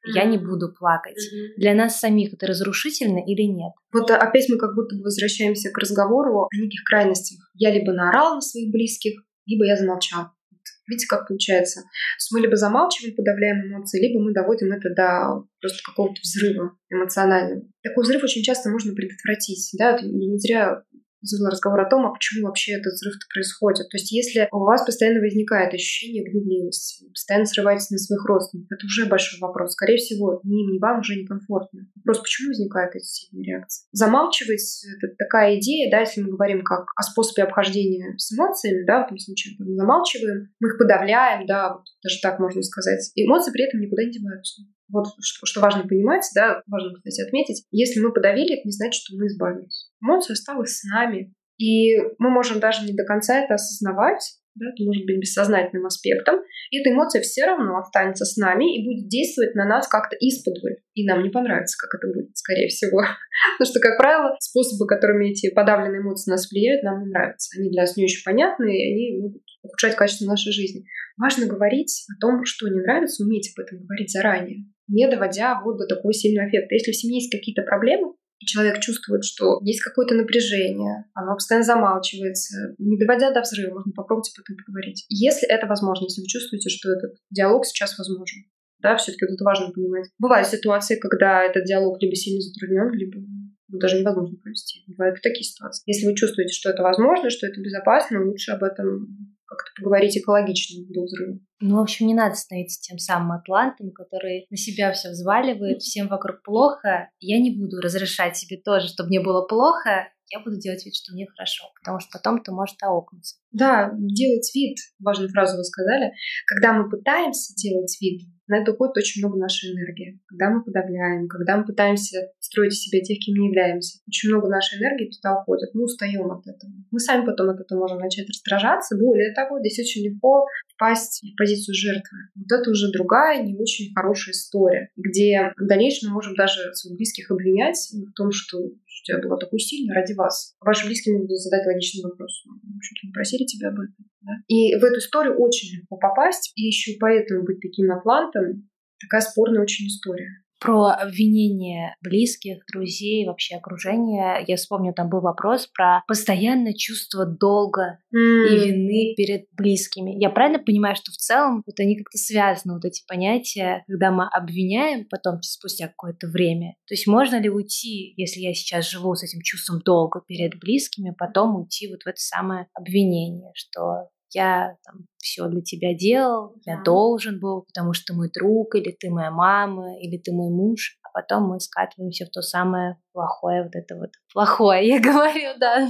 mm-hmm. я не буду плакать. Mm-hmm. Для нас самих это разрушительно или нет? Вот опять мы как будто бы возвращаемся к разговору о неких крайностях. Я либо наорал на своих близких, либо я замолчал. Видите, как получается? То есть мы либо замалчиваем, подавляем эмоции, либо мы доводим это до просто какого-то взрыва эмоционального. Такой взрыв очень часто можно предотвратить. Да? Я не зря завела разговор о том, а почему вообще этот взрыв-то происходит. То есть если у вас постоянно возникает ощущение гневливости, вы постоянно срываетесь на своих родственников, это уже большой вопрос. Скорее всего, ни им, ни вам уже некомфортно. Вопрос, почему возникают эти сильные реакции? Замалчивать — это такая идея, да, если мы говорим как о способе обхождения с эмоциями, да, в этом случае мы замалчиваем, мы их подавляем, да, вот даже так можно сказать. Эмоции при этом никуда не деваются. Вот что, что важно понимать, да, важно, кстати, отметить. Если мы подавили, это не значит, что мы избавились. Эмоция осталась с нами. И мы можем даже не до конца это осознавать, да, это может быть бессознательным аспектом. И эта эмоция все равно останется с нами и будет действовать на нас как-то исподволь. И нам не понравится, как это будет, скорее всего. Потому что, как правило, способы, которыми эти подавленные эмоции на нас влияют, нам не нравятся. Они для нас не очень понятны, и они могут ухудшать качество нашей жизни. Важно говорить о том, что не нравится, уметь об этом говорить заранее, не доводя вот до такого сильного эффекта. Если в семье есть какие-то проблемы, и человек чувствует, что есть какое-то напряжение, оно постоянно замалчивается, не доводя до взрыва, можно попробовать об этом поговорить. Если это возможно, если вы чувствуете, что этот диалог сейчас возможен, да, все-таки вот это важно понимать. Бывают ситуации, когда этот диалог либо сильно затруднен, либо даже невозможно провести. Бывают такие ситуации. Если вы чувствуете, что это возможно, что это безопасно, лучше об этом как-то поговорить экологично до взрыва. Ну, в общем, не надо становиться тем самым атлантом, который на себя все взваливает, всем вокруг плохо. Я не буду разрешать себе тоже, чтобы мне было плохо. Я буду делать вид, что мне хорошо, потому что потом это может аукнуться. Да, делать вид, важную фразу вы сказали. Когда мы пытаемся делать вид, на это уходит очень много нашей энергии. Когда мы подавляем, когда мы пытаемся строить из себя тех, кем не являемся, очень много нашей энергии туда уходит. Мы устаем от этого. Мы сами потом от этого можем начать раздражаться. Более того, здесь очень легко впасть в позицию жертвы. Вот это уже другая, не очень хорошая история, где в дальнейшем мы можем даже своих близких обвинять в том, что я была такой сильной ради вас. Ваши близкие могут задать логичный вопрос. В общем-то, не просили тебя об этом. Да? И в эту историю очень легко попасть. И еще поэтому быть таким атлантом такая спорная очень история. Про обвинение близких, друзей, вообще окружения. Я вспомню, там был вопрос про постоянное чувство долга mm. и вины перед близкими. Я правильно понимаю, что в целом вот они как-то связаны, вот эти понятия, когда мы обвиняем потом спустя какое-то время? То есть можно ли уйти, если я сейчас живу с этим чувством долга перед близкими, потом уйти вот в это самое обвинение, что я там все для тебя делал, я mm. должен был, потому что ты мой друг, или ты моя мама, или ты мой муж, а потом мы скатываемся в то самое плохое, вот это вот плохое, я говорю, да,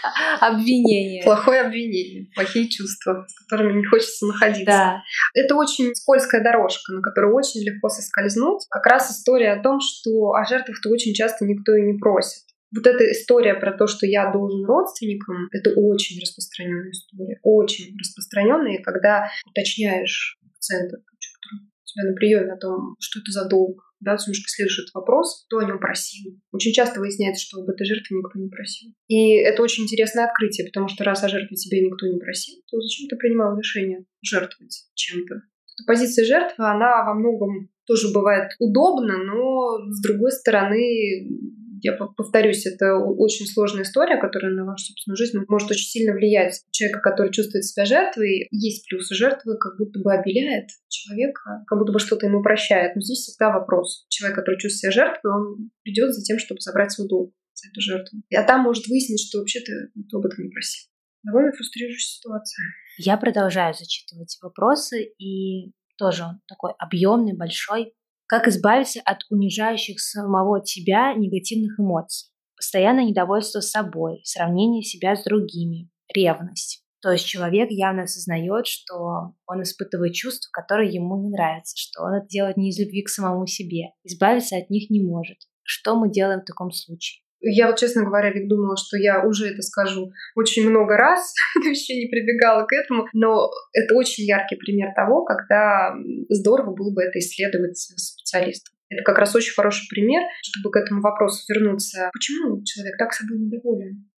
обвинение. Плохое обвинение, плохие чувства, с которыми не хочется находиться. Да. Это очень скользкая дорожка, на которую очень легко соскользнуть. Как раз история о том, что о жертвах-то очень часто никто и не просит. Вот эта история про то, что я должен родственникам, это очень распространенная история. Очень распространенная, когда уточняешь пациента, который у тебя на приеме, о том, что это за долг, да, ты немножко следуешь этот вопрос, кто о нем просил. Очень часто выясняется, что об этой жертве никто не просил. И это очень интересное открытие, потому что раз о жертве тебя никто не просил, то зачем ты принимал решение жертвовать чем-то? Позиция жертвы, она во многом тоже бывает удобна, но с другой стороны, я повторюсь, это очень сложная история, которая на вашу собственную жизнь может очень сильно влиять. У человека, который чувствует себя жертвой, есть плюсы. Жертвы как будто бы обеляет человека, как будто бы что-то ему прощает. Но здесь всегда вопрос. Человек, который чувствует себя жертвой, он придет за тем, чтобы забрать свой долг за эту жертву. А там может выяснить, что вообще-то никто об этом не просил. Довольно фрустрирующая ситуация. Я продолжаю зачитывать вопросы, и тоже он такой объемный, большой. Как избавиться от унижающих самого тебя негативных эмоций? Постоянное недовольство собой, сравнение себя с другими, ревность. То есть человек явно осознает, что он испытывает чувства, которые ему не нравятся, что он это делает не из любви к самому себе. Избавиться от них не может. Что мы делаем в таком случае? Я вот, честно говоря, Вик, думала, что я уже это скажу очень много раз, вообще не прибегала к этому, но это очень яркий пример того, когда здорово было бы это исследовать с специалистом. Это как раз очень хороший пример, чтобы к этому вопросу вернуться. Почему человек так собой недоволен?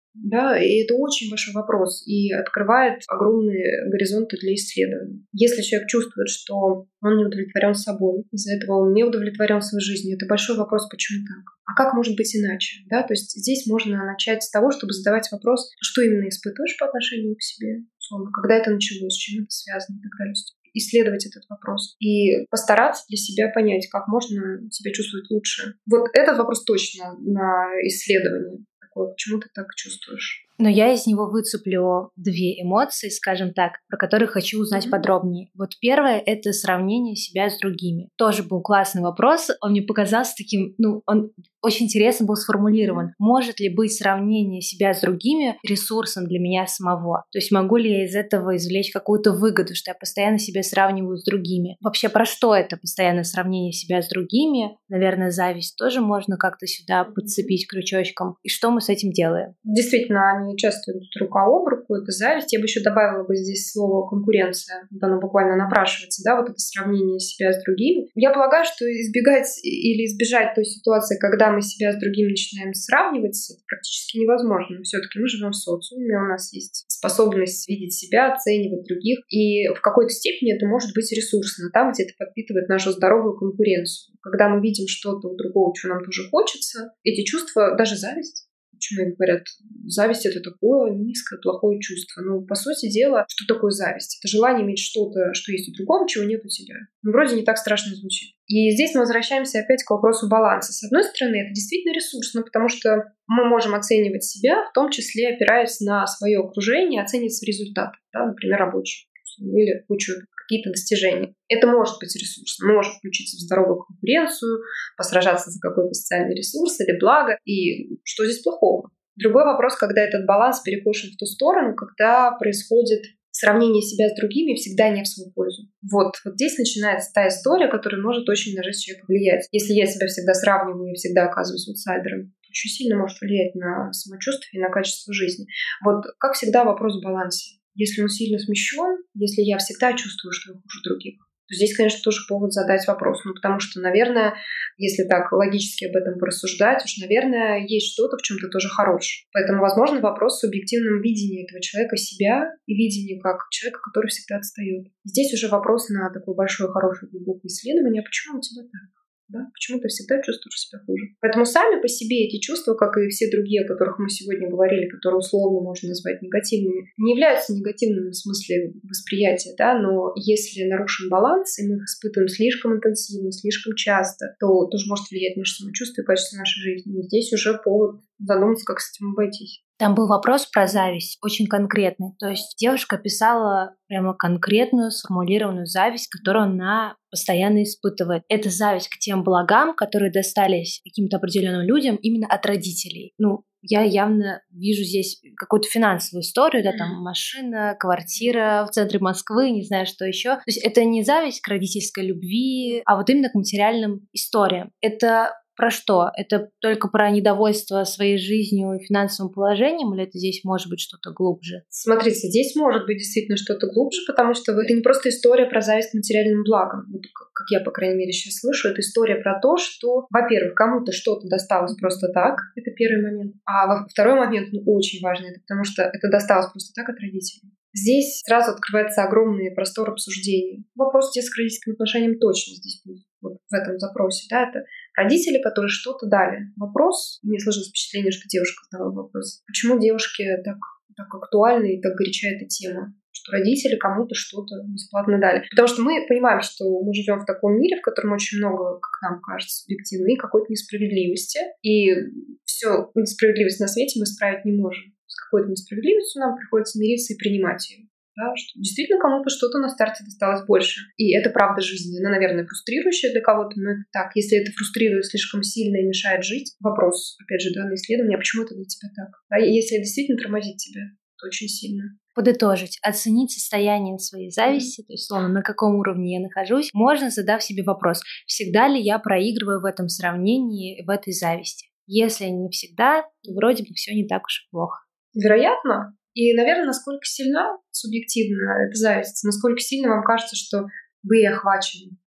Да, и это очень большой вопрос и открывает огромные горизонты для исследований. Если человек чувствует, что он не удовлетворен собой, из-за этого он не удовлетворен своей жизнью, это большой вопрос, почему так? А как может быть иначе? Да? То есть здесь можно начать с того, чтобы задавать вопрос, что именно испытываешь по отношению к себе, условно, когда это началось, с чем это связано и так далее. Исследовать этот вопрос и постараться для себя понять, как можно себя чувствовать лучше. Вот этот вопрос точно на исследование. Такое, почему ты так чувствуешь? Но я из него выцеплю две эмоции, скажем так, про которые хочу узнать mm-hmm. подробнее. Вот первое — это сравнение себя с другими. Тоже был классный вопрос. Он мне показался таким, ну, он очень интересно был сформулирован. Может ли быть сравнение себя с другими ресурсом для меня самого? То есть могу ли я из этого извлечь какую-то выгоду, что я постоянно себя сравниваю с другими? Вообще про что это постоянное сравнение себя с другими? Наверное, зависть тоже можно как-то сюда подцепить крючочком. И что мы с этим делаем? Действительно, они часто идут рука об руку, это зависть. Я бы еще добавила бы здесь слово конкуренция. Вот оно буквально напрашивается, да, вот это сравнение себя с другими. Я полагаю, что избегать или избежать той ситуации, когда мы себя с другими начинаем сравнивать, это практически невозможно. Все-таки мы живем в социуме, у нас есть способность видеть себя, оценивать других, и в какой-то степени это может быть ресурсно, там, где это подпитывает нашу здоровую конкуренцию. Когда мы видим что-то у другого, чего нам тоже хочется, эти чувства, даже зависть, почему говорят, зависть — это такое низкое, плохое чувство. Ну, по сути дела, что такое зависть? Это желание иметь что-то, что есть у другого, чего нет у тебя. Ну, вроде не так страшно звучит. И здесь мы возвращаемся опять к вопросу баланса. С одной стороны, это действительно ресурсно, потому что мы можем оценивать себя, в том числе опираясь на свое окружение, оценивать свои результаты, да, например, рабочие или кучу какие-то достижения. Это может быть ресурс, может включиться в здоровую конкуренцию, посражаться за какой-то социальный ресурс или благо. И что здесь плохого? Другой вопрос, когда этот баланс перекошен в ту сторону, когда происходит сравнение себя с другими всегда не в свою пользу. Вот, вот здесь начинается та история, которая может очень на жизнь человека влиять. Если я себя всегда сравниваю и всегда оказываюсь аутсайдером, очень сильно может влиять на самочувствие и на качество жизни. Вот, как всегда, вопрос в балансе. Если он сильно смещен, если я всегда чувствую, что я хуже других, то здесь, конечно, тоже повод задать вопрос. Ну, потому что, наверное, если так логически об этом порассуждать, уж, наверное, есть что-то, в чем ты тоже хорош. Поэтому, возможно, вопрос в субъективном видении этого человека себя и видении как человека, который всегда отстает. Здесь уже вопрос на такое большое, хорошее, глубокое исследование. А почему у тебя так? Да? Почему ты всегда чувствуешь себя хуже? Поэтому сами по себе эти чувства, как и все другие, о которых мы сегодня говорили, которые условно можно назвать негативными, не являются негативными в смысле восприятия, да? Но если нарушен баланс, и мы их испытываем слишком интенсивно, слишком часто, то тоже может влиять на наше самочувствие и качество нашей жизни. И здесь уже повод задуматься, как с этим обойтись. Там был вопрос про зависть, очень конкретный. То есть девушка писала прямо конкретную сформулированную зависть, которую она постоянно испытывает. Это зависть к тем благам, которые достались каким-то определенным людям именно от родителей. Ну, я явно вижу здесь какую-то финансовую историю, да, там машина, квартира в центре Москвы, не знаю, что еще. То есть это не зависть к родительской любви, а вот именно к материальным историям. Это про что? Это только про недовольство своей жизнью и финансовым положением, или это здесь может быть что-то глубже? Смотрите, здесь может быть действительно что-то глубже, потому что это не просто история про зависть к материальным благам. Вот как я, по крайней мере, сейчас слышу, это история про то, что, во-первых, кому-то что-то досталось просто так, это первый момент. А второй момент, ну, очень важный, это потому что это досталось просто так от родителей. Здесь сразу открывается огромный простор обсуждений. Вопрос детско-родительским отношениям точно здесь будет, вот в этом запросе. Да, это родители, которые что-то дали. Вопрос, мне сложилось впечатление, что девушка задала вопрос. Почему девушке так, так актуальна и так горяча эта тема? Что родители кому-то что-то бесплатно дали. Потому что мы понимаем, что мы живем в таком мире, в котором очень много, как нам кажется, субъективной какой-то несправедливости. И всю несправедливость на свете мы исправить не можем. С какой-то несправедливостью нам приходится мириться и принимать ее. Да, что действительно кому-то что-то на старте досталось больше. И это правда жизни. Она, наверное, фрустрирующая для кого-то, но это так. Если это фрустрирует слишком сильно и мешает жить, вопрос, опять же, да, на исследование, а почему это для тебя так? А если это действительно тормозит тебя, то очень сильно. Подытожить, оценить состояние своей зависти, mm-hmm. то есть, словно, на каком уровне я нахожусь, можно, задав себе вопрос, всегда ли я проигрываю в этом сравнении, в этой зависти. Если не всегда, то вроде бы все не так уж и плохо. Вероятно. И, наверное, насколько сильна субъективно эта зависть, насколько сильно вам кажется, что вы охвачены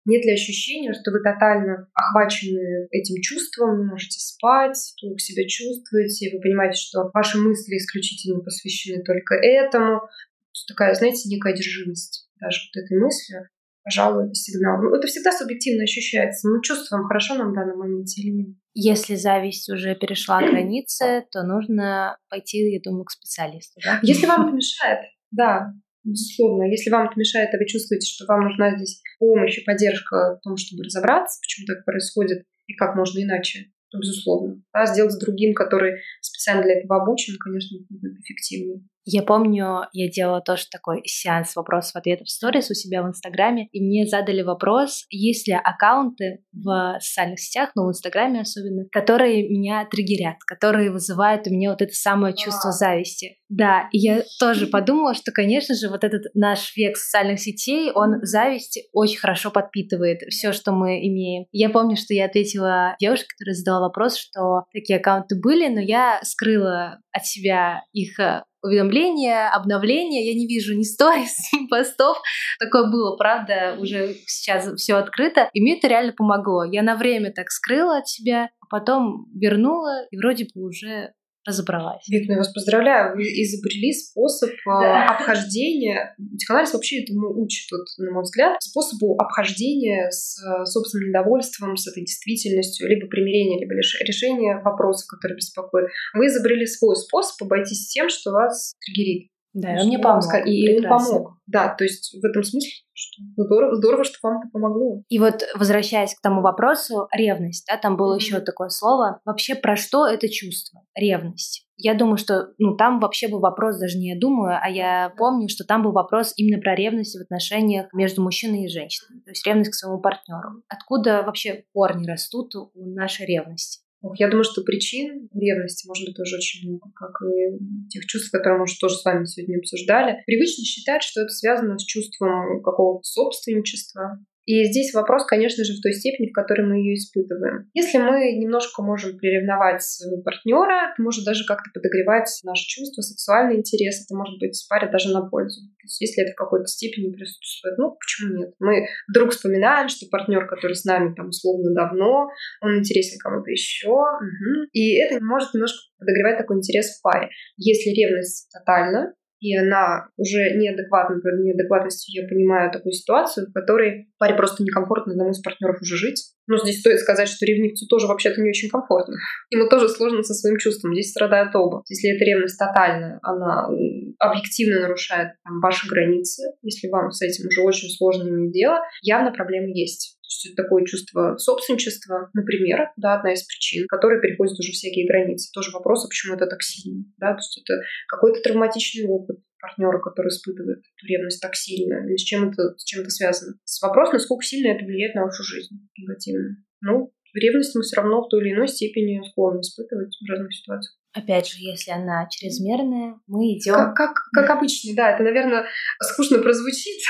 Нет ли ощущения, что вы тотально охвачены этим чувством, не можете спать, плохо себя чувствуете, вы понимаете, что ваши мысли исключительно посвящены только этому. Такая, знаете, некая одержимость даже вот этой мыслью. Пожалуй, это сигнал. Ну, это всегда субъективно ощущается. Мы чувствуем, хорошо нам в данном моменте или нет. Если зависть уже перешла границы, то нужно пойти, я думаю, к специалисту, да? Если вам это мешает, да, безусловно. Если вам это мешает, а вы чувствуете, что вам нужна здесь помощь и поддержка в том, чтобы разобраться, почему так происходит и как можно иначе, то безусловно. А сделать с другим, который специально для этого обучен, конечно, будет эффективнее. Я помню, я делала тоже такой сеанс вопросов-ответов в сторис у себя в Инстаграме, и мне задали вопрос, есть ли аккаунты в социальных сетях, ну, в Инстаграме особенно, которые меня триггерят, которые вызывают у меня вот это самое чувство а. зависти. Да, и я тоже подумала, что, конечно же, вот этот наш век социальных сетей, он зависть очень хорошо подпитывает все, что мы имеем. Я помню, что я ответила девушке, которая задала вопрос, что такие аккаунты были, но я скрыла от себя их уведомления, обновления, я не вижу ни сторис, ни постов. Такое было, правда, уже сейчас все открыто. И мне это реально помогло. Я на время так скрыла от себя, а потом вернула и вроде бы уже разобралась. Вик, ну я вас поздравляю, вы изобрели способ да. обхождения. Психоанализ вообще этому учит, вот, на мой взгляд, способу обхождения с собственным недовольством, с этой действительностью, либо примирения, либо решения вопросов, которые беспокоят. Вы изобрели свой способ обойтись тем, что вас триггерит. Да, он мне помог. И, и он помог. Да, то есть в этом смысле что здорово, здорово, что вам это помогло. И вот возвращаясь к тому вопросу, ревность, да, там было mm-hmm. еще такое слово. Вообще про что это чувство? Ревность. Я думаю, что ну, там вообще был вопрос, даже не я думаю, а я помню, что там был вопрос именно про ревность в отношениях между мужчиной и женщиной. То есть ревность к своему партнеру. Откуда вообще корни растут у нашей ревности? Я думаю, что причин ревности может быть тоже очень много, как и тех чувств, которые мы уже тоже с вами сегодня обсуждали. Привычно считать, что это связано с чувством какого-то собственничества. И здесь вопрос, конечно же, в той степени, в которой мы ее испытываем. Если мы немножко можем приревновать своего партнера, это может даже как-то подогревать наши чувства, сексуальный интерес, это может быть паре даже на пользу. То есть если это в какой-то степени присутствует, ну, почему нет? Мы вдруг вспоминаем, что партнер, который с нами там условно давно, он интересен кому-то еще, угу. И это может немножко подогревать такой интерес в паре. Если ревность тотальна, и она уже неадекватна, при неадекватности я понимаю такую ситуацию, в которой паре просто некомфортно одному из партнеров уже жить. Но здесь стоит сказать, что ревнивцу тоже вообще-то не очень комфортно. Ему тоже сложно со своим чувством. Здесь страдают оба. Если эта ревность тотальная, она объективно нарушает там, ваши границы, если вам с этим уже очень сложно иметь дело, явно проблемы есть. То есть это такое чувство собственничества, например, да, одна из причин, которая переходит уже всякие границы. Тоже вопрос, а почему это так сильно. Да? То есть это какой-то травматичный опыт партнера, который испытывает эту ревность так сильно, или с чем это, с чем это связано. Вопрос, насколько сильно это влияет на вашу жизнь негативно. Ну, ревность мы все равно в той или иной степени склонны испытывать в разных ситуациях. Опять же, если она чрезмерная, мы идем... Как, как, как обычно, да, это, наверное, скучно прозвучит,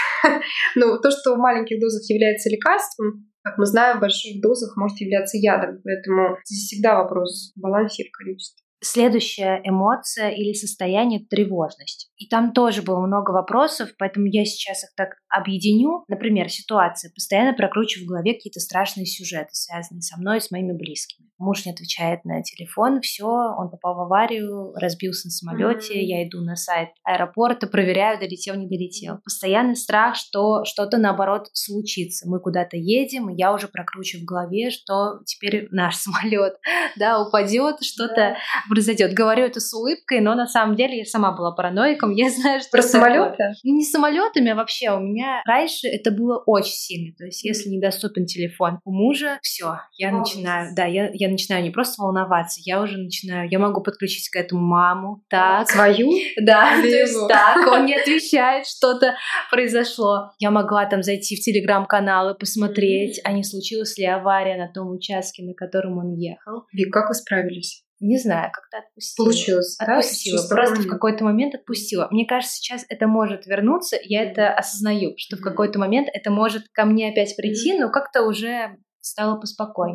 но то, что в маленьких дозах является лекарством, как мы знаем, в больших дозах может являться ядом, поэтому здесь всегда вопрос в балансе и в количестве. Следующая эмоция или состояние – тревожность. И там тоже было много вопросов, поэтому я сейчас их так объединю. Например, ситуация. Постоянно прокручиваю в голове какие-то страшные сюжеты, связанные со мной и с моими близкими. Муж не отвечает на телефон, все, он попал в аварию, разбился на самолете, mm-hmm. я иду на сайт аэропорта, проверяю, долетел, не долетел. Постоянный страх, что что-то наоборот случится. Мы куда-то едем, и я уже прокручиваю в голове, что теперь наш самолет да, упадет, что-то произойдет. Говорю это с улыбкой, но на самом деле я сама была параноиком. Я знаю, что про самолеты? Не самолетами, а вообще у меня раньше это было очень сильно. То есть, если недоступен телефон у мужа, все, я Волнуюсь. начинаю, да, я, я начинаю не просто волноваться, я уже начинаю, я могу подключить к этому маму. Так. Свою? Да, то есть так, он не отвечает, что-то произошло. Я могла там зайти в телеграм-канал и посмотреть, а не случилась ли авария на том участке, на котором он ехал. Вик, как вы справились? Не знаю, как-то отпустила. Получилось, отпустила. Да? Просто в какой-то момент отпустила. Мне кажется, сейчас это может вернуться, я это осознаю, что в какой-то момент это может ко мне опять прийти, но как-то уже стало поспокойнее.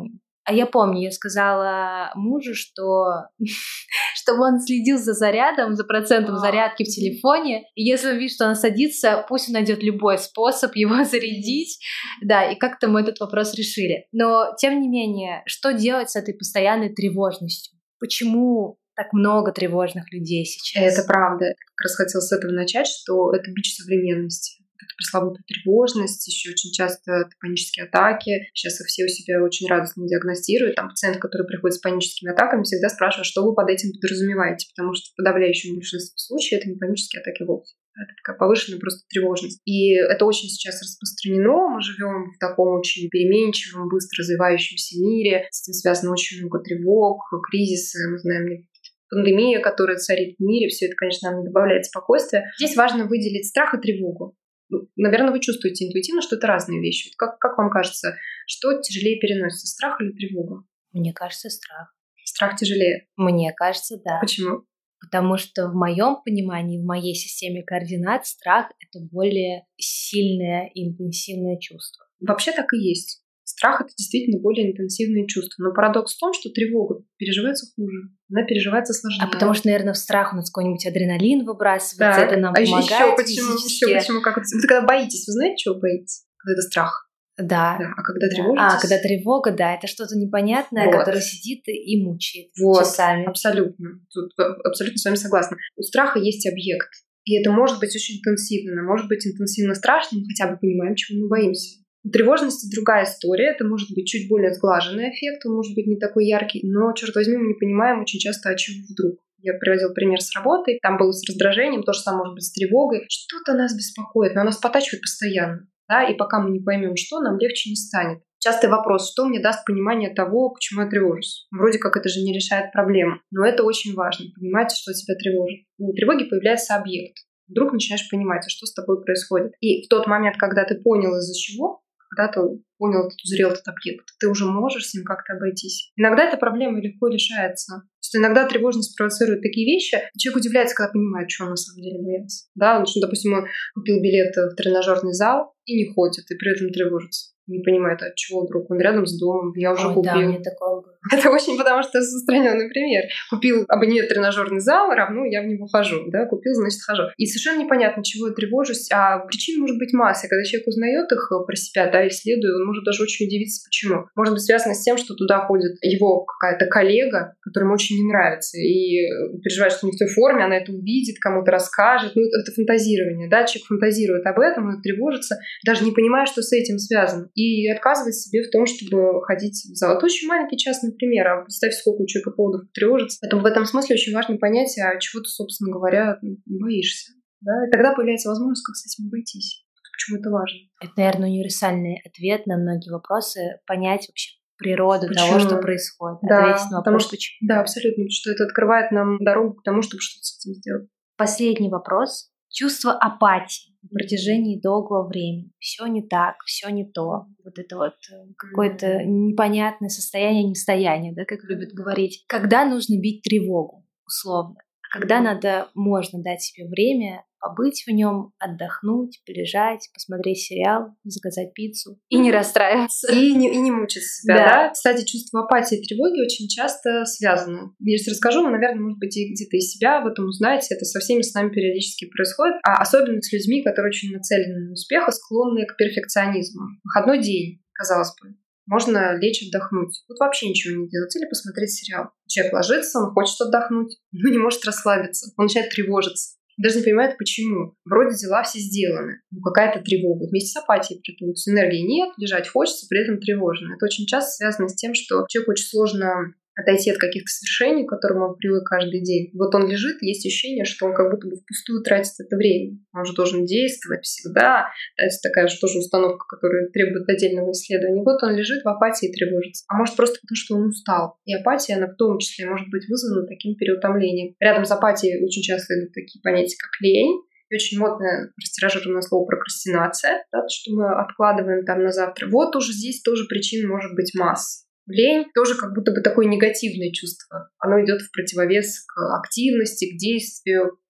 А я помню, я сказала мужу, что чтобы он следил за зарядом, за процентом зарядки в телефоне. И если он видит, что она садится, пусть он найдет любой способ его зарядить. Да, и как-то мы этот вопрос решили. Но, тем не менее, что делать с этой постоянной тревожностью? Почему так много тревожных людей сейчас? Это правда. Я как раз хотела с этого начать, что это бич современности. Это пресловутая тревожность, еще очень часто это панические атаки. Сейчас их все у себя очень радостно диагностируют. Там пациент, который приходит с паническими атаками, всегда спрашивает, что вы под этим подразумеваете, потому что в подавляющем большинстве случаев это не панические атаки вовсе. Это такая повышенная просто тревожность. И это очень сейчас распространено. Мы живем в таком очень переменчивом, быстро развивающемся мире. С этим связано очень много тревог, кризисы. Мы знаем, пандемия, которая царит в мире. Все это, конечно, нам не добавляет спокойствия. Здесь важно выделить страх и тревогу. Наверное, вы чувствуете интуитивно, что это разные вещи. Как, как вам кажется, что тяжелее переносится, страх или тревога? Мне кажется, страх. Страх тяжелее? Мне кажется, да. Почему? Потому что в моем понимании, в моей системе координат страх — это более сильное и интенсивное чувство. Вообще так и есть. Страх — это действительно более интенсивные чувства. Но парадокс в том, что тревога переживается хуже. Она переживается сложнее. А потому что, наверное, в страх у нас какой-нибудь адреналин выбрасывается, да. это нам а помогает еще почему, физически. Еще почему? Как это? Вы когда боитесь, вы знаете, чего боитесь? Когда это страх. Да. да. А когда да. тревожитесь? А, когда тревога, да, это что-то непонятное, вот. которое сидит и мучает вот. часами. Абсолютно. Тут абсолютно с вами согласна. У страха есть объект. И это может быть очень интенсивно. Может быть интенсивно страшно, мы хотя бы понимаем, чего мы боимся. У тревожности другая история. Это может быть чуть более сглаженный эффект, он может быть не такой яркий, но, черт возьми, мы не понимаем очень часто, от чего вдруг. Я приводила пример с работой, там было с раздражением, то же самое может быть с тревогой. Что-то нас беспокоит, но нас потачивает постоянно. Да? И пока мы не поймем, что, нам легче не станет. Частый вопрос, что мне даст понимание того, почему я тревожусь. Вроде как это же не решает проблему, но это очень важно, понимать, что тебя тревожит. У тревоги появляется объект. Вдруг начинаешь понимать, а что с тобой происходит. И в тот момент, когда ты понял, из-за чего, когда ты понял, узрел этот объект, ты уже можешь с ним как-то обойтись. Иногда эта проблема легко решается. Что иногда тревожность провоцирует такие вещи, человек удивляется, когда понимает, что он на самом деле боится. Да, ну, что, допустим, он купил билет в тренажерный зал и не ходит, и при этом тревожится. Не понимает, от чего вдруг. Он рядом с домом, я уже Ой, купил. Да, мне такое было. Это очень потому, что распространенный пример. Купил абонемент в тренажерный зал, равно я в него хожу. Да? Купил, значит, хожу. И совершенно непонятно, чего я тревожусь. А причин может быть масса. Когда человек узнает их про себя, да, исследует, он может даже очень удивиться, почему. Может быть связано с тем, что туда ходит его какая-то коллега, которому очень не нравится, и переживает, что не в той форме, она это увидит, кому-то расскажет. Ну, это фантазирование. Да? Человек фантазирует об этом, он тревожится, даже не понимая, что с этим связано. И отказывает себе в том, чтобы ходить в зал. Это очень маленький частный пример. А представь, сколько у человека поводов тревожится. Поэтому в этом смысле очень важно понять, а чего ты, собственно говоря, боишься. Да? И тогда появляется возможность, как с этим обойтись. Почему это важно? Это, наверное, универсальный ответ на многие вопросы. Понять вообще природу почему? того, что происходит. Да, Ответить на вопрос, что, почему. Да, абсолютно. Потому что это открывает нам дорогу к тому, чтобы что-то с этим сделать. Последний вопрос. Чувство апатии на протяжении долгого времени. Все не так, все не то. Вот это вот какое-то непонятное состояние, нестояние, да, как любят говорить. Когда нужно бить тревогу, условно? А когда надо, можно дать себе время побыть в нем, отдохнуть, полежать, посмотреть сериал, заказать пиццу и не расстраиваться. И не, и не мучить себя, да. да? Кстати, чувство апатии и тревоги очень часто связаны. Если расскажу, вы, наверное, может быть, и где-то из себя об этом узнаете. Это со всеми с нами периодически происходит. А особенно с людьми, которые очень нацелены на успех и склонны к перфекционизму. Выходной день, казалось бы. Можно лечь отдохнуть. Вот вообще ничего не делать. Или посмотреть сериал. Человек ложится, он хочет отдохнуть, но не может расслабиться. Он начинает тревожиться. Даже не понимает, почему. Вроде дела все сделаны. Ну, какая-то тревога. Вместе с апатией притом. То есть энергии нет, лежать хочется, при этом тревожно. Это очень часто связано с тем, что человеку очень сложно отойти от каких-то свершений, к которым он привык каждый день. Вот он лежит, есть ощущение, что он как будто бы впустую тратит это время. Он же должен действовать всегда. Это такая же тоже установка, которая требует отдельного исследования. Вот он лежит в апатии и тревожится. А может просто потому, что он устал. И апатия, она в том числе может быть вызвана таким переутомлением. Рядом с апатией очень часто идут такие понятия, как лень. И очень модное растиражированное слово прокрастинация, да, что мы откладываем там на завтра. Вот уже здесь тоже причин может быть масса. Лень тоже как будто бы такое негативное чувство. Оно идет в противовес к активности, к действию,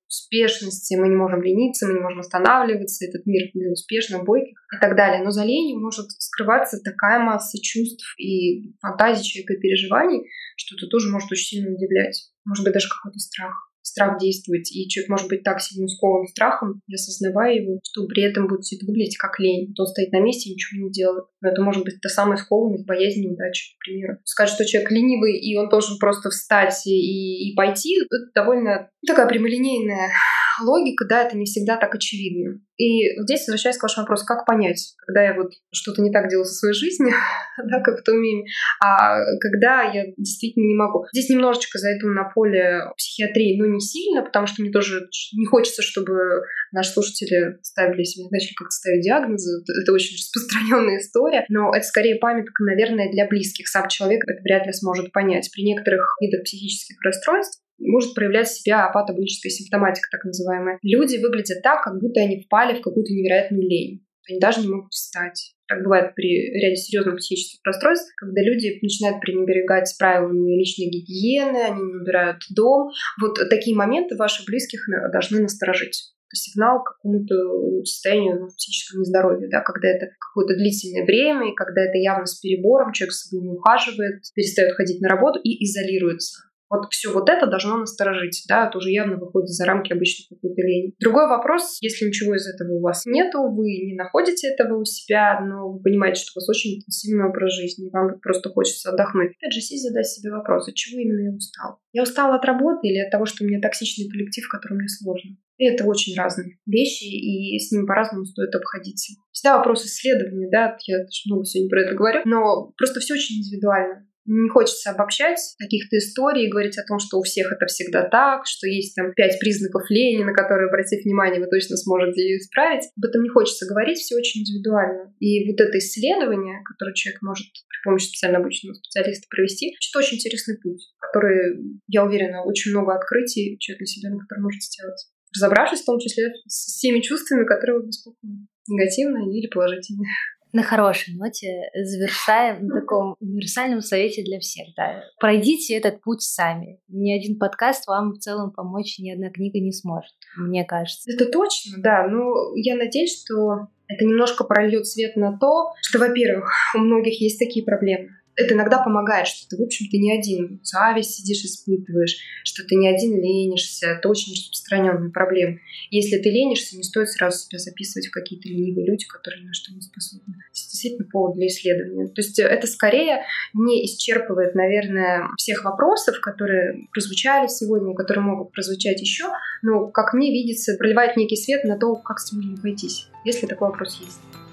успешности, мы не можем лениться, мы не можем останавливаться, этот мир для успешных, бойких и так далее. Но за ленью может скрываться такая масса чувств и фантазий человека, и переживаний, что это тоже может очень сильно удивлять. Может быть, даже какой-то страх. Страх действует, и человек может быть так сильно скован страхом, не осознавая его, что при этом будет все это выглядеть как лень. Вот он стоит на месте и ничего не делает. Но это может быть та самая скованность, боязнь неудачи, к примеру. Сказать, что человек ленивый, и он должен просто встать и, и пойти, это довольно такая прямолинейная логика, да, это не всегда так очевидно. И здесь, возвращаясь к вашему вопросу, как понять, когда я вот что-то не так делаю со своей жизнью, да, как в том меме, а когда я действительно не могу. Здесь немножечко зайду на поле психиатрии, но не сильно, потому что мне тоже не хочется, чтобы наши слушатели ставили себе, начали как-то ставить диагнозы. Это очень распространенная история, но это скорее памятка, наверное, для близких. Сам человек это вряд ли сможет понять. При некоторых видах психических расстройств может проявлять себя апатобулическая симптоматика, так называемая. Люди выглядят так, как будто они впали в какую-то невероятную лень. Они даже не могут встать. Так бывает при ряде серьезных психических расстройств, когда люди начинают пренебрегать правилами личной гигиены, они не убирают дом. Вот такие моменты ваших близких должны насторожить. Это сигнал к какому-то состоянию, ну, психического нездоровья, да, когда это какое-то длительное время, и когда это явно с перебором, человек с собой не ухаживает, перестает ходить на работу и изолируется. Вот все вот это должно насторожить, да, это уже явно выходит за рамки обычной какой-то лени. Другой вопрос, если ничего из этого у вас нету, вы не находите этого у себя, но вы понимаете, что у вас очень интенсивный образ жизни, вам просто хочется отдохнуть. Опять же, сесть задать себе вопрос, от чего именно я устал? Я устала от работы или от того, что у меня токсичный коллектив, в котором мне сложно? И это очень разные вещи, и с ними по-разному стоит обходиться. Всегда вопрос исследования, да, я тоже много сегодня про это говорю, но просто все очень индивидуально. Не хочется обобщать каких-то историй и говорить о том, что у всех это всегда так, что есть там пять признаков лени, на которые, обратив внимание, вы точно сможете ее исправить. Об этом не хочется говорить, все очень индивидуально. И вот это исследование, которое человек может при помощи специально обученного специалиста провести, это очень интересный путь, который, я уверена, очень много открытий человек для себя, на который может сделать. Разобравшись в том числе с всеми чувствами, которые его беспокоят. Негативные или положительные. На хорошей ноте завершаем на таком универсальном совете для всех. Да. Пройдите этот путь сами. Ни один подкаст вам в целом помочь, ни одна книга не сможет, мне кажется. Это точно, да. Но я надеюсь, что это немножко прольет свет на то, что, во-первых, у многих есть такие проблемы. Это иногда помогает, что ты, в общем-то, не один зависть сидишь, испытываешь, что ты не один ленишься. Это очень распространенная проблема. Если ты ленишься, не стоит сразу себя записывать в какие-то ленивые люди, которые ни на что не способны. Это действительно повод для исследования. То есть это скорее не исчерпывает, наверное, всех вопросов, которые прозвучали сегодня, которые могут прозвучать еще, но, как мне видится, проливает некий свет на то, как с этим можно обойтись, если такой вопрос есть.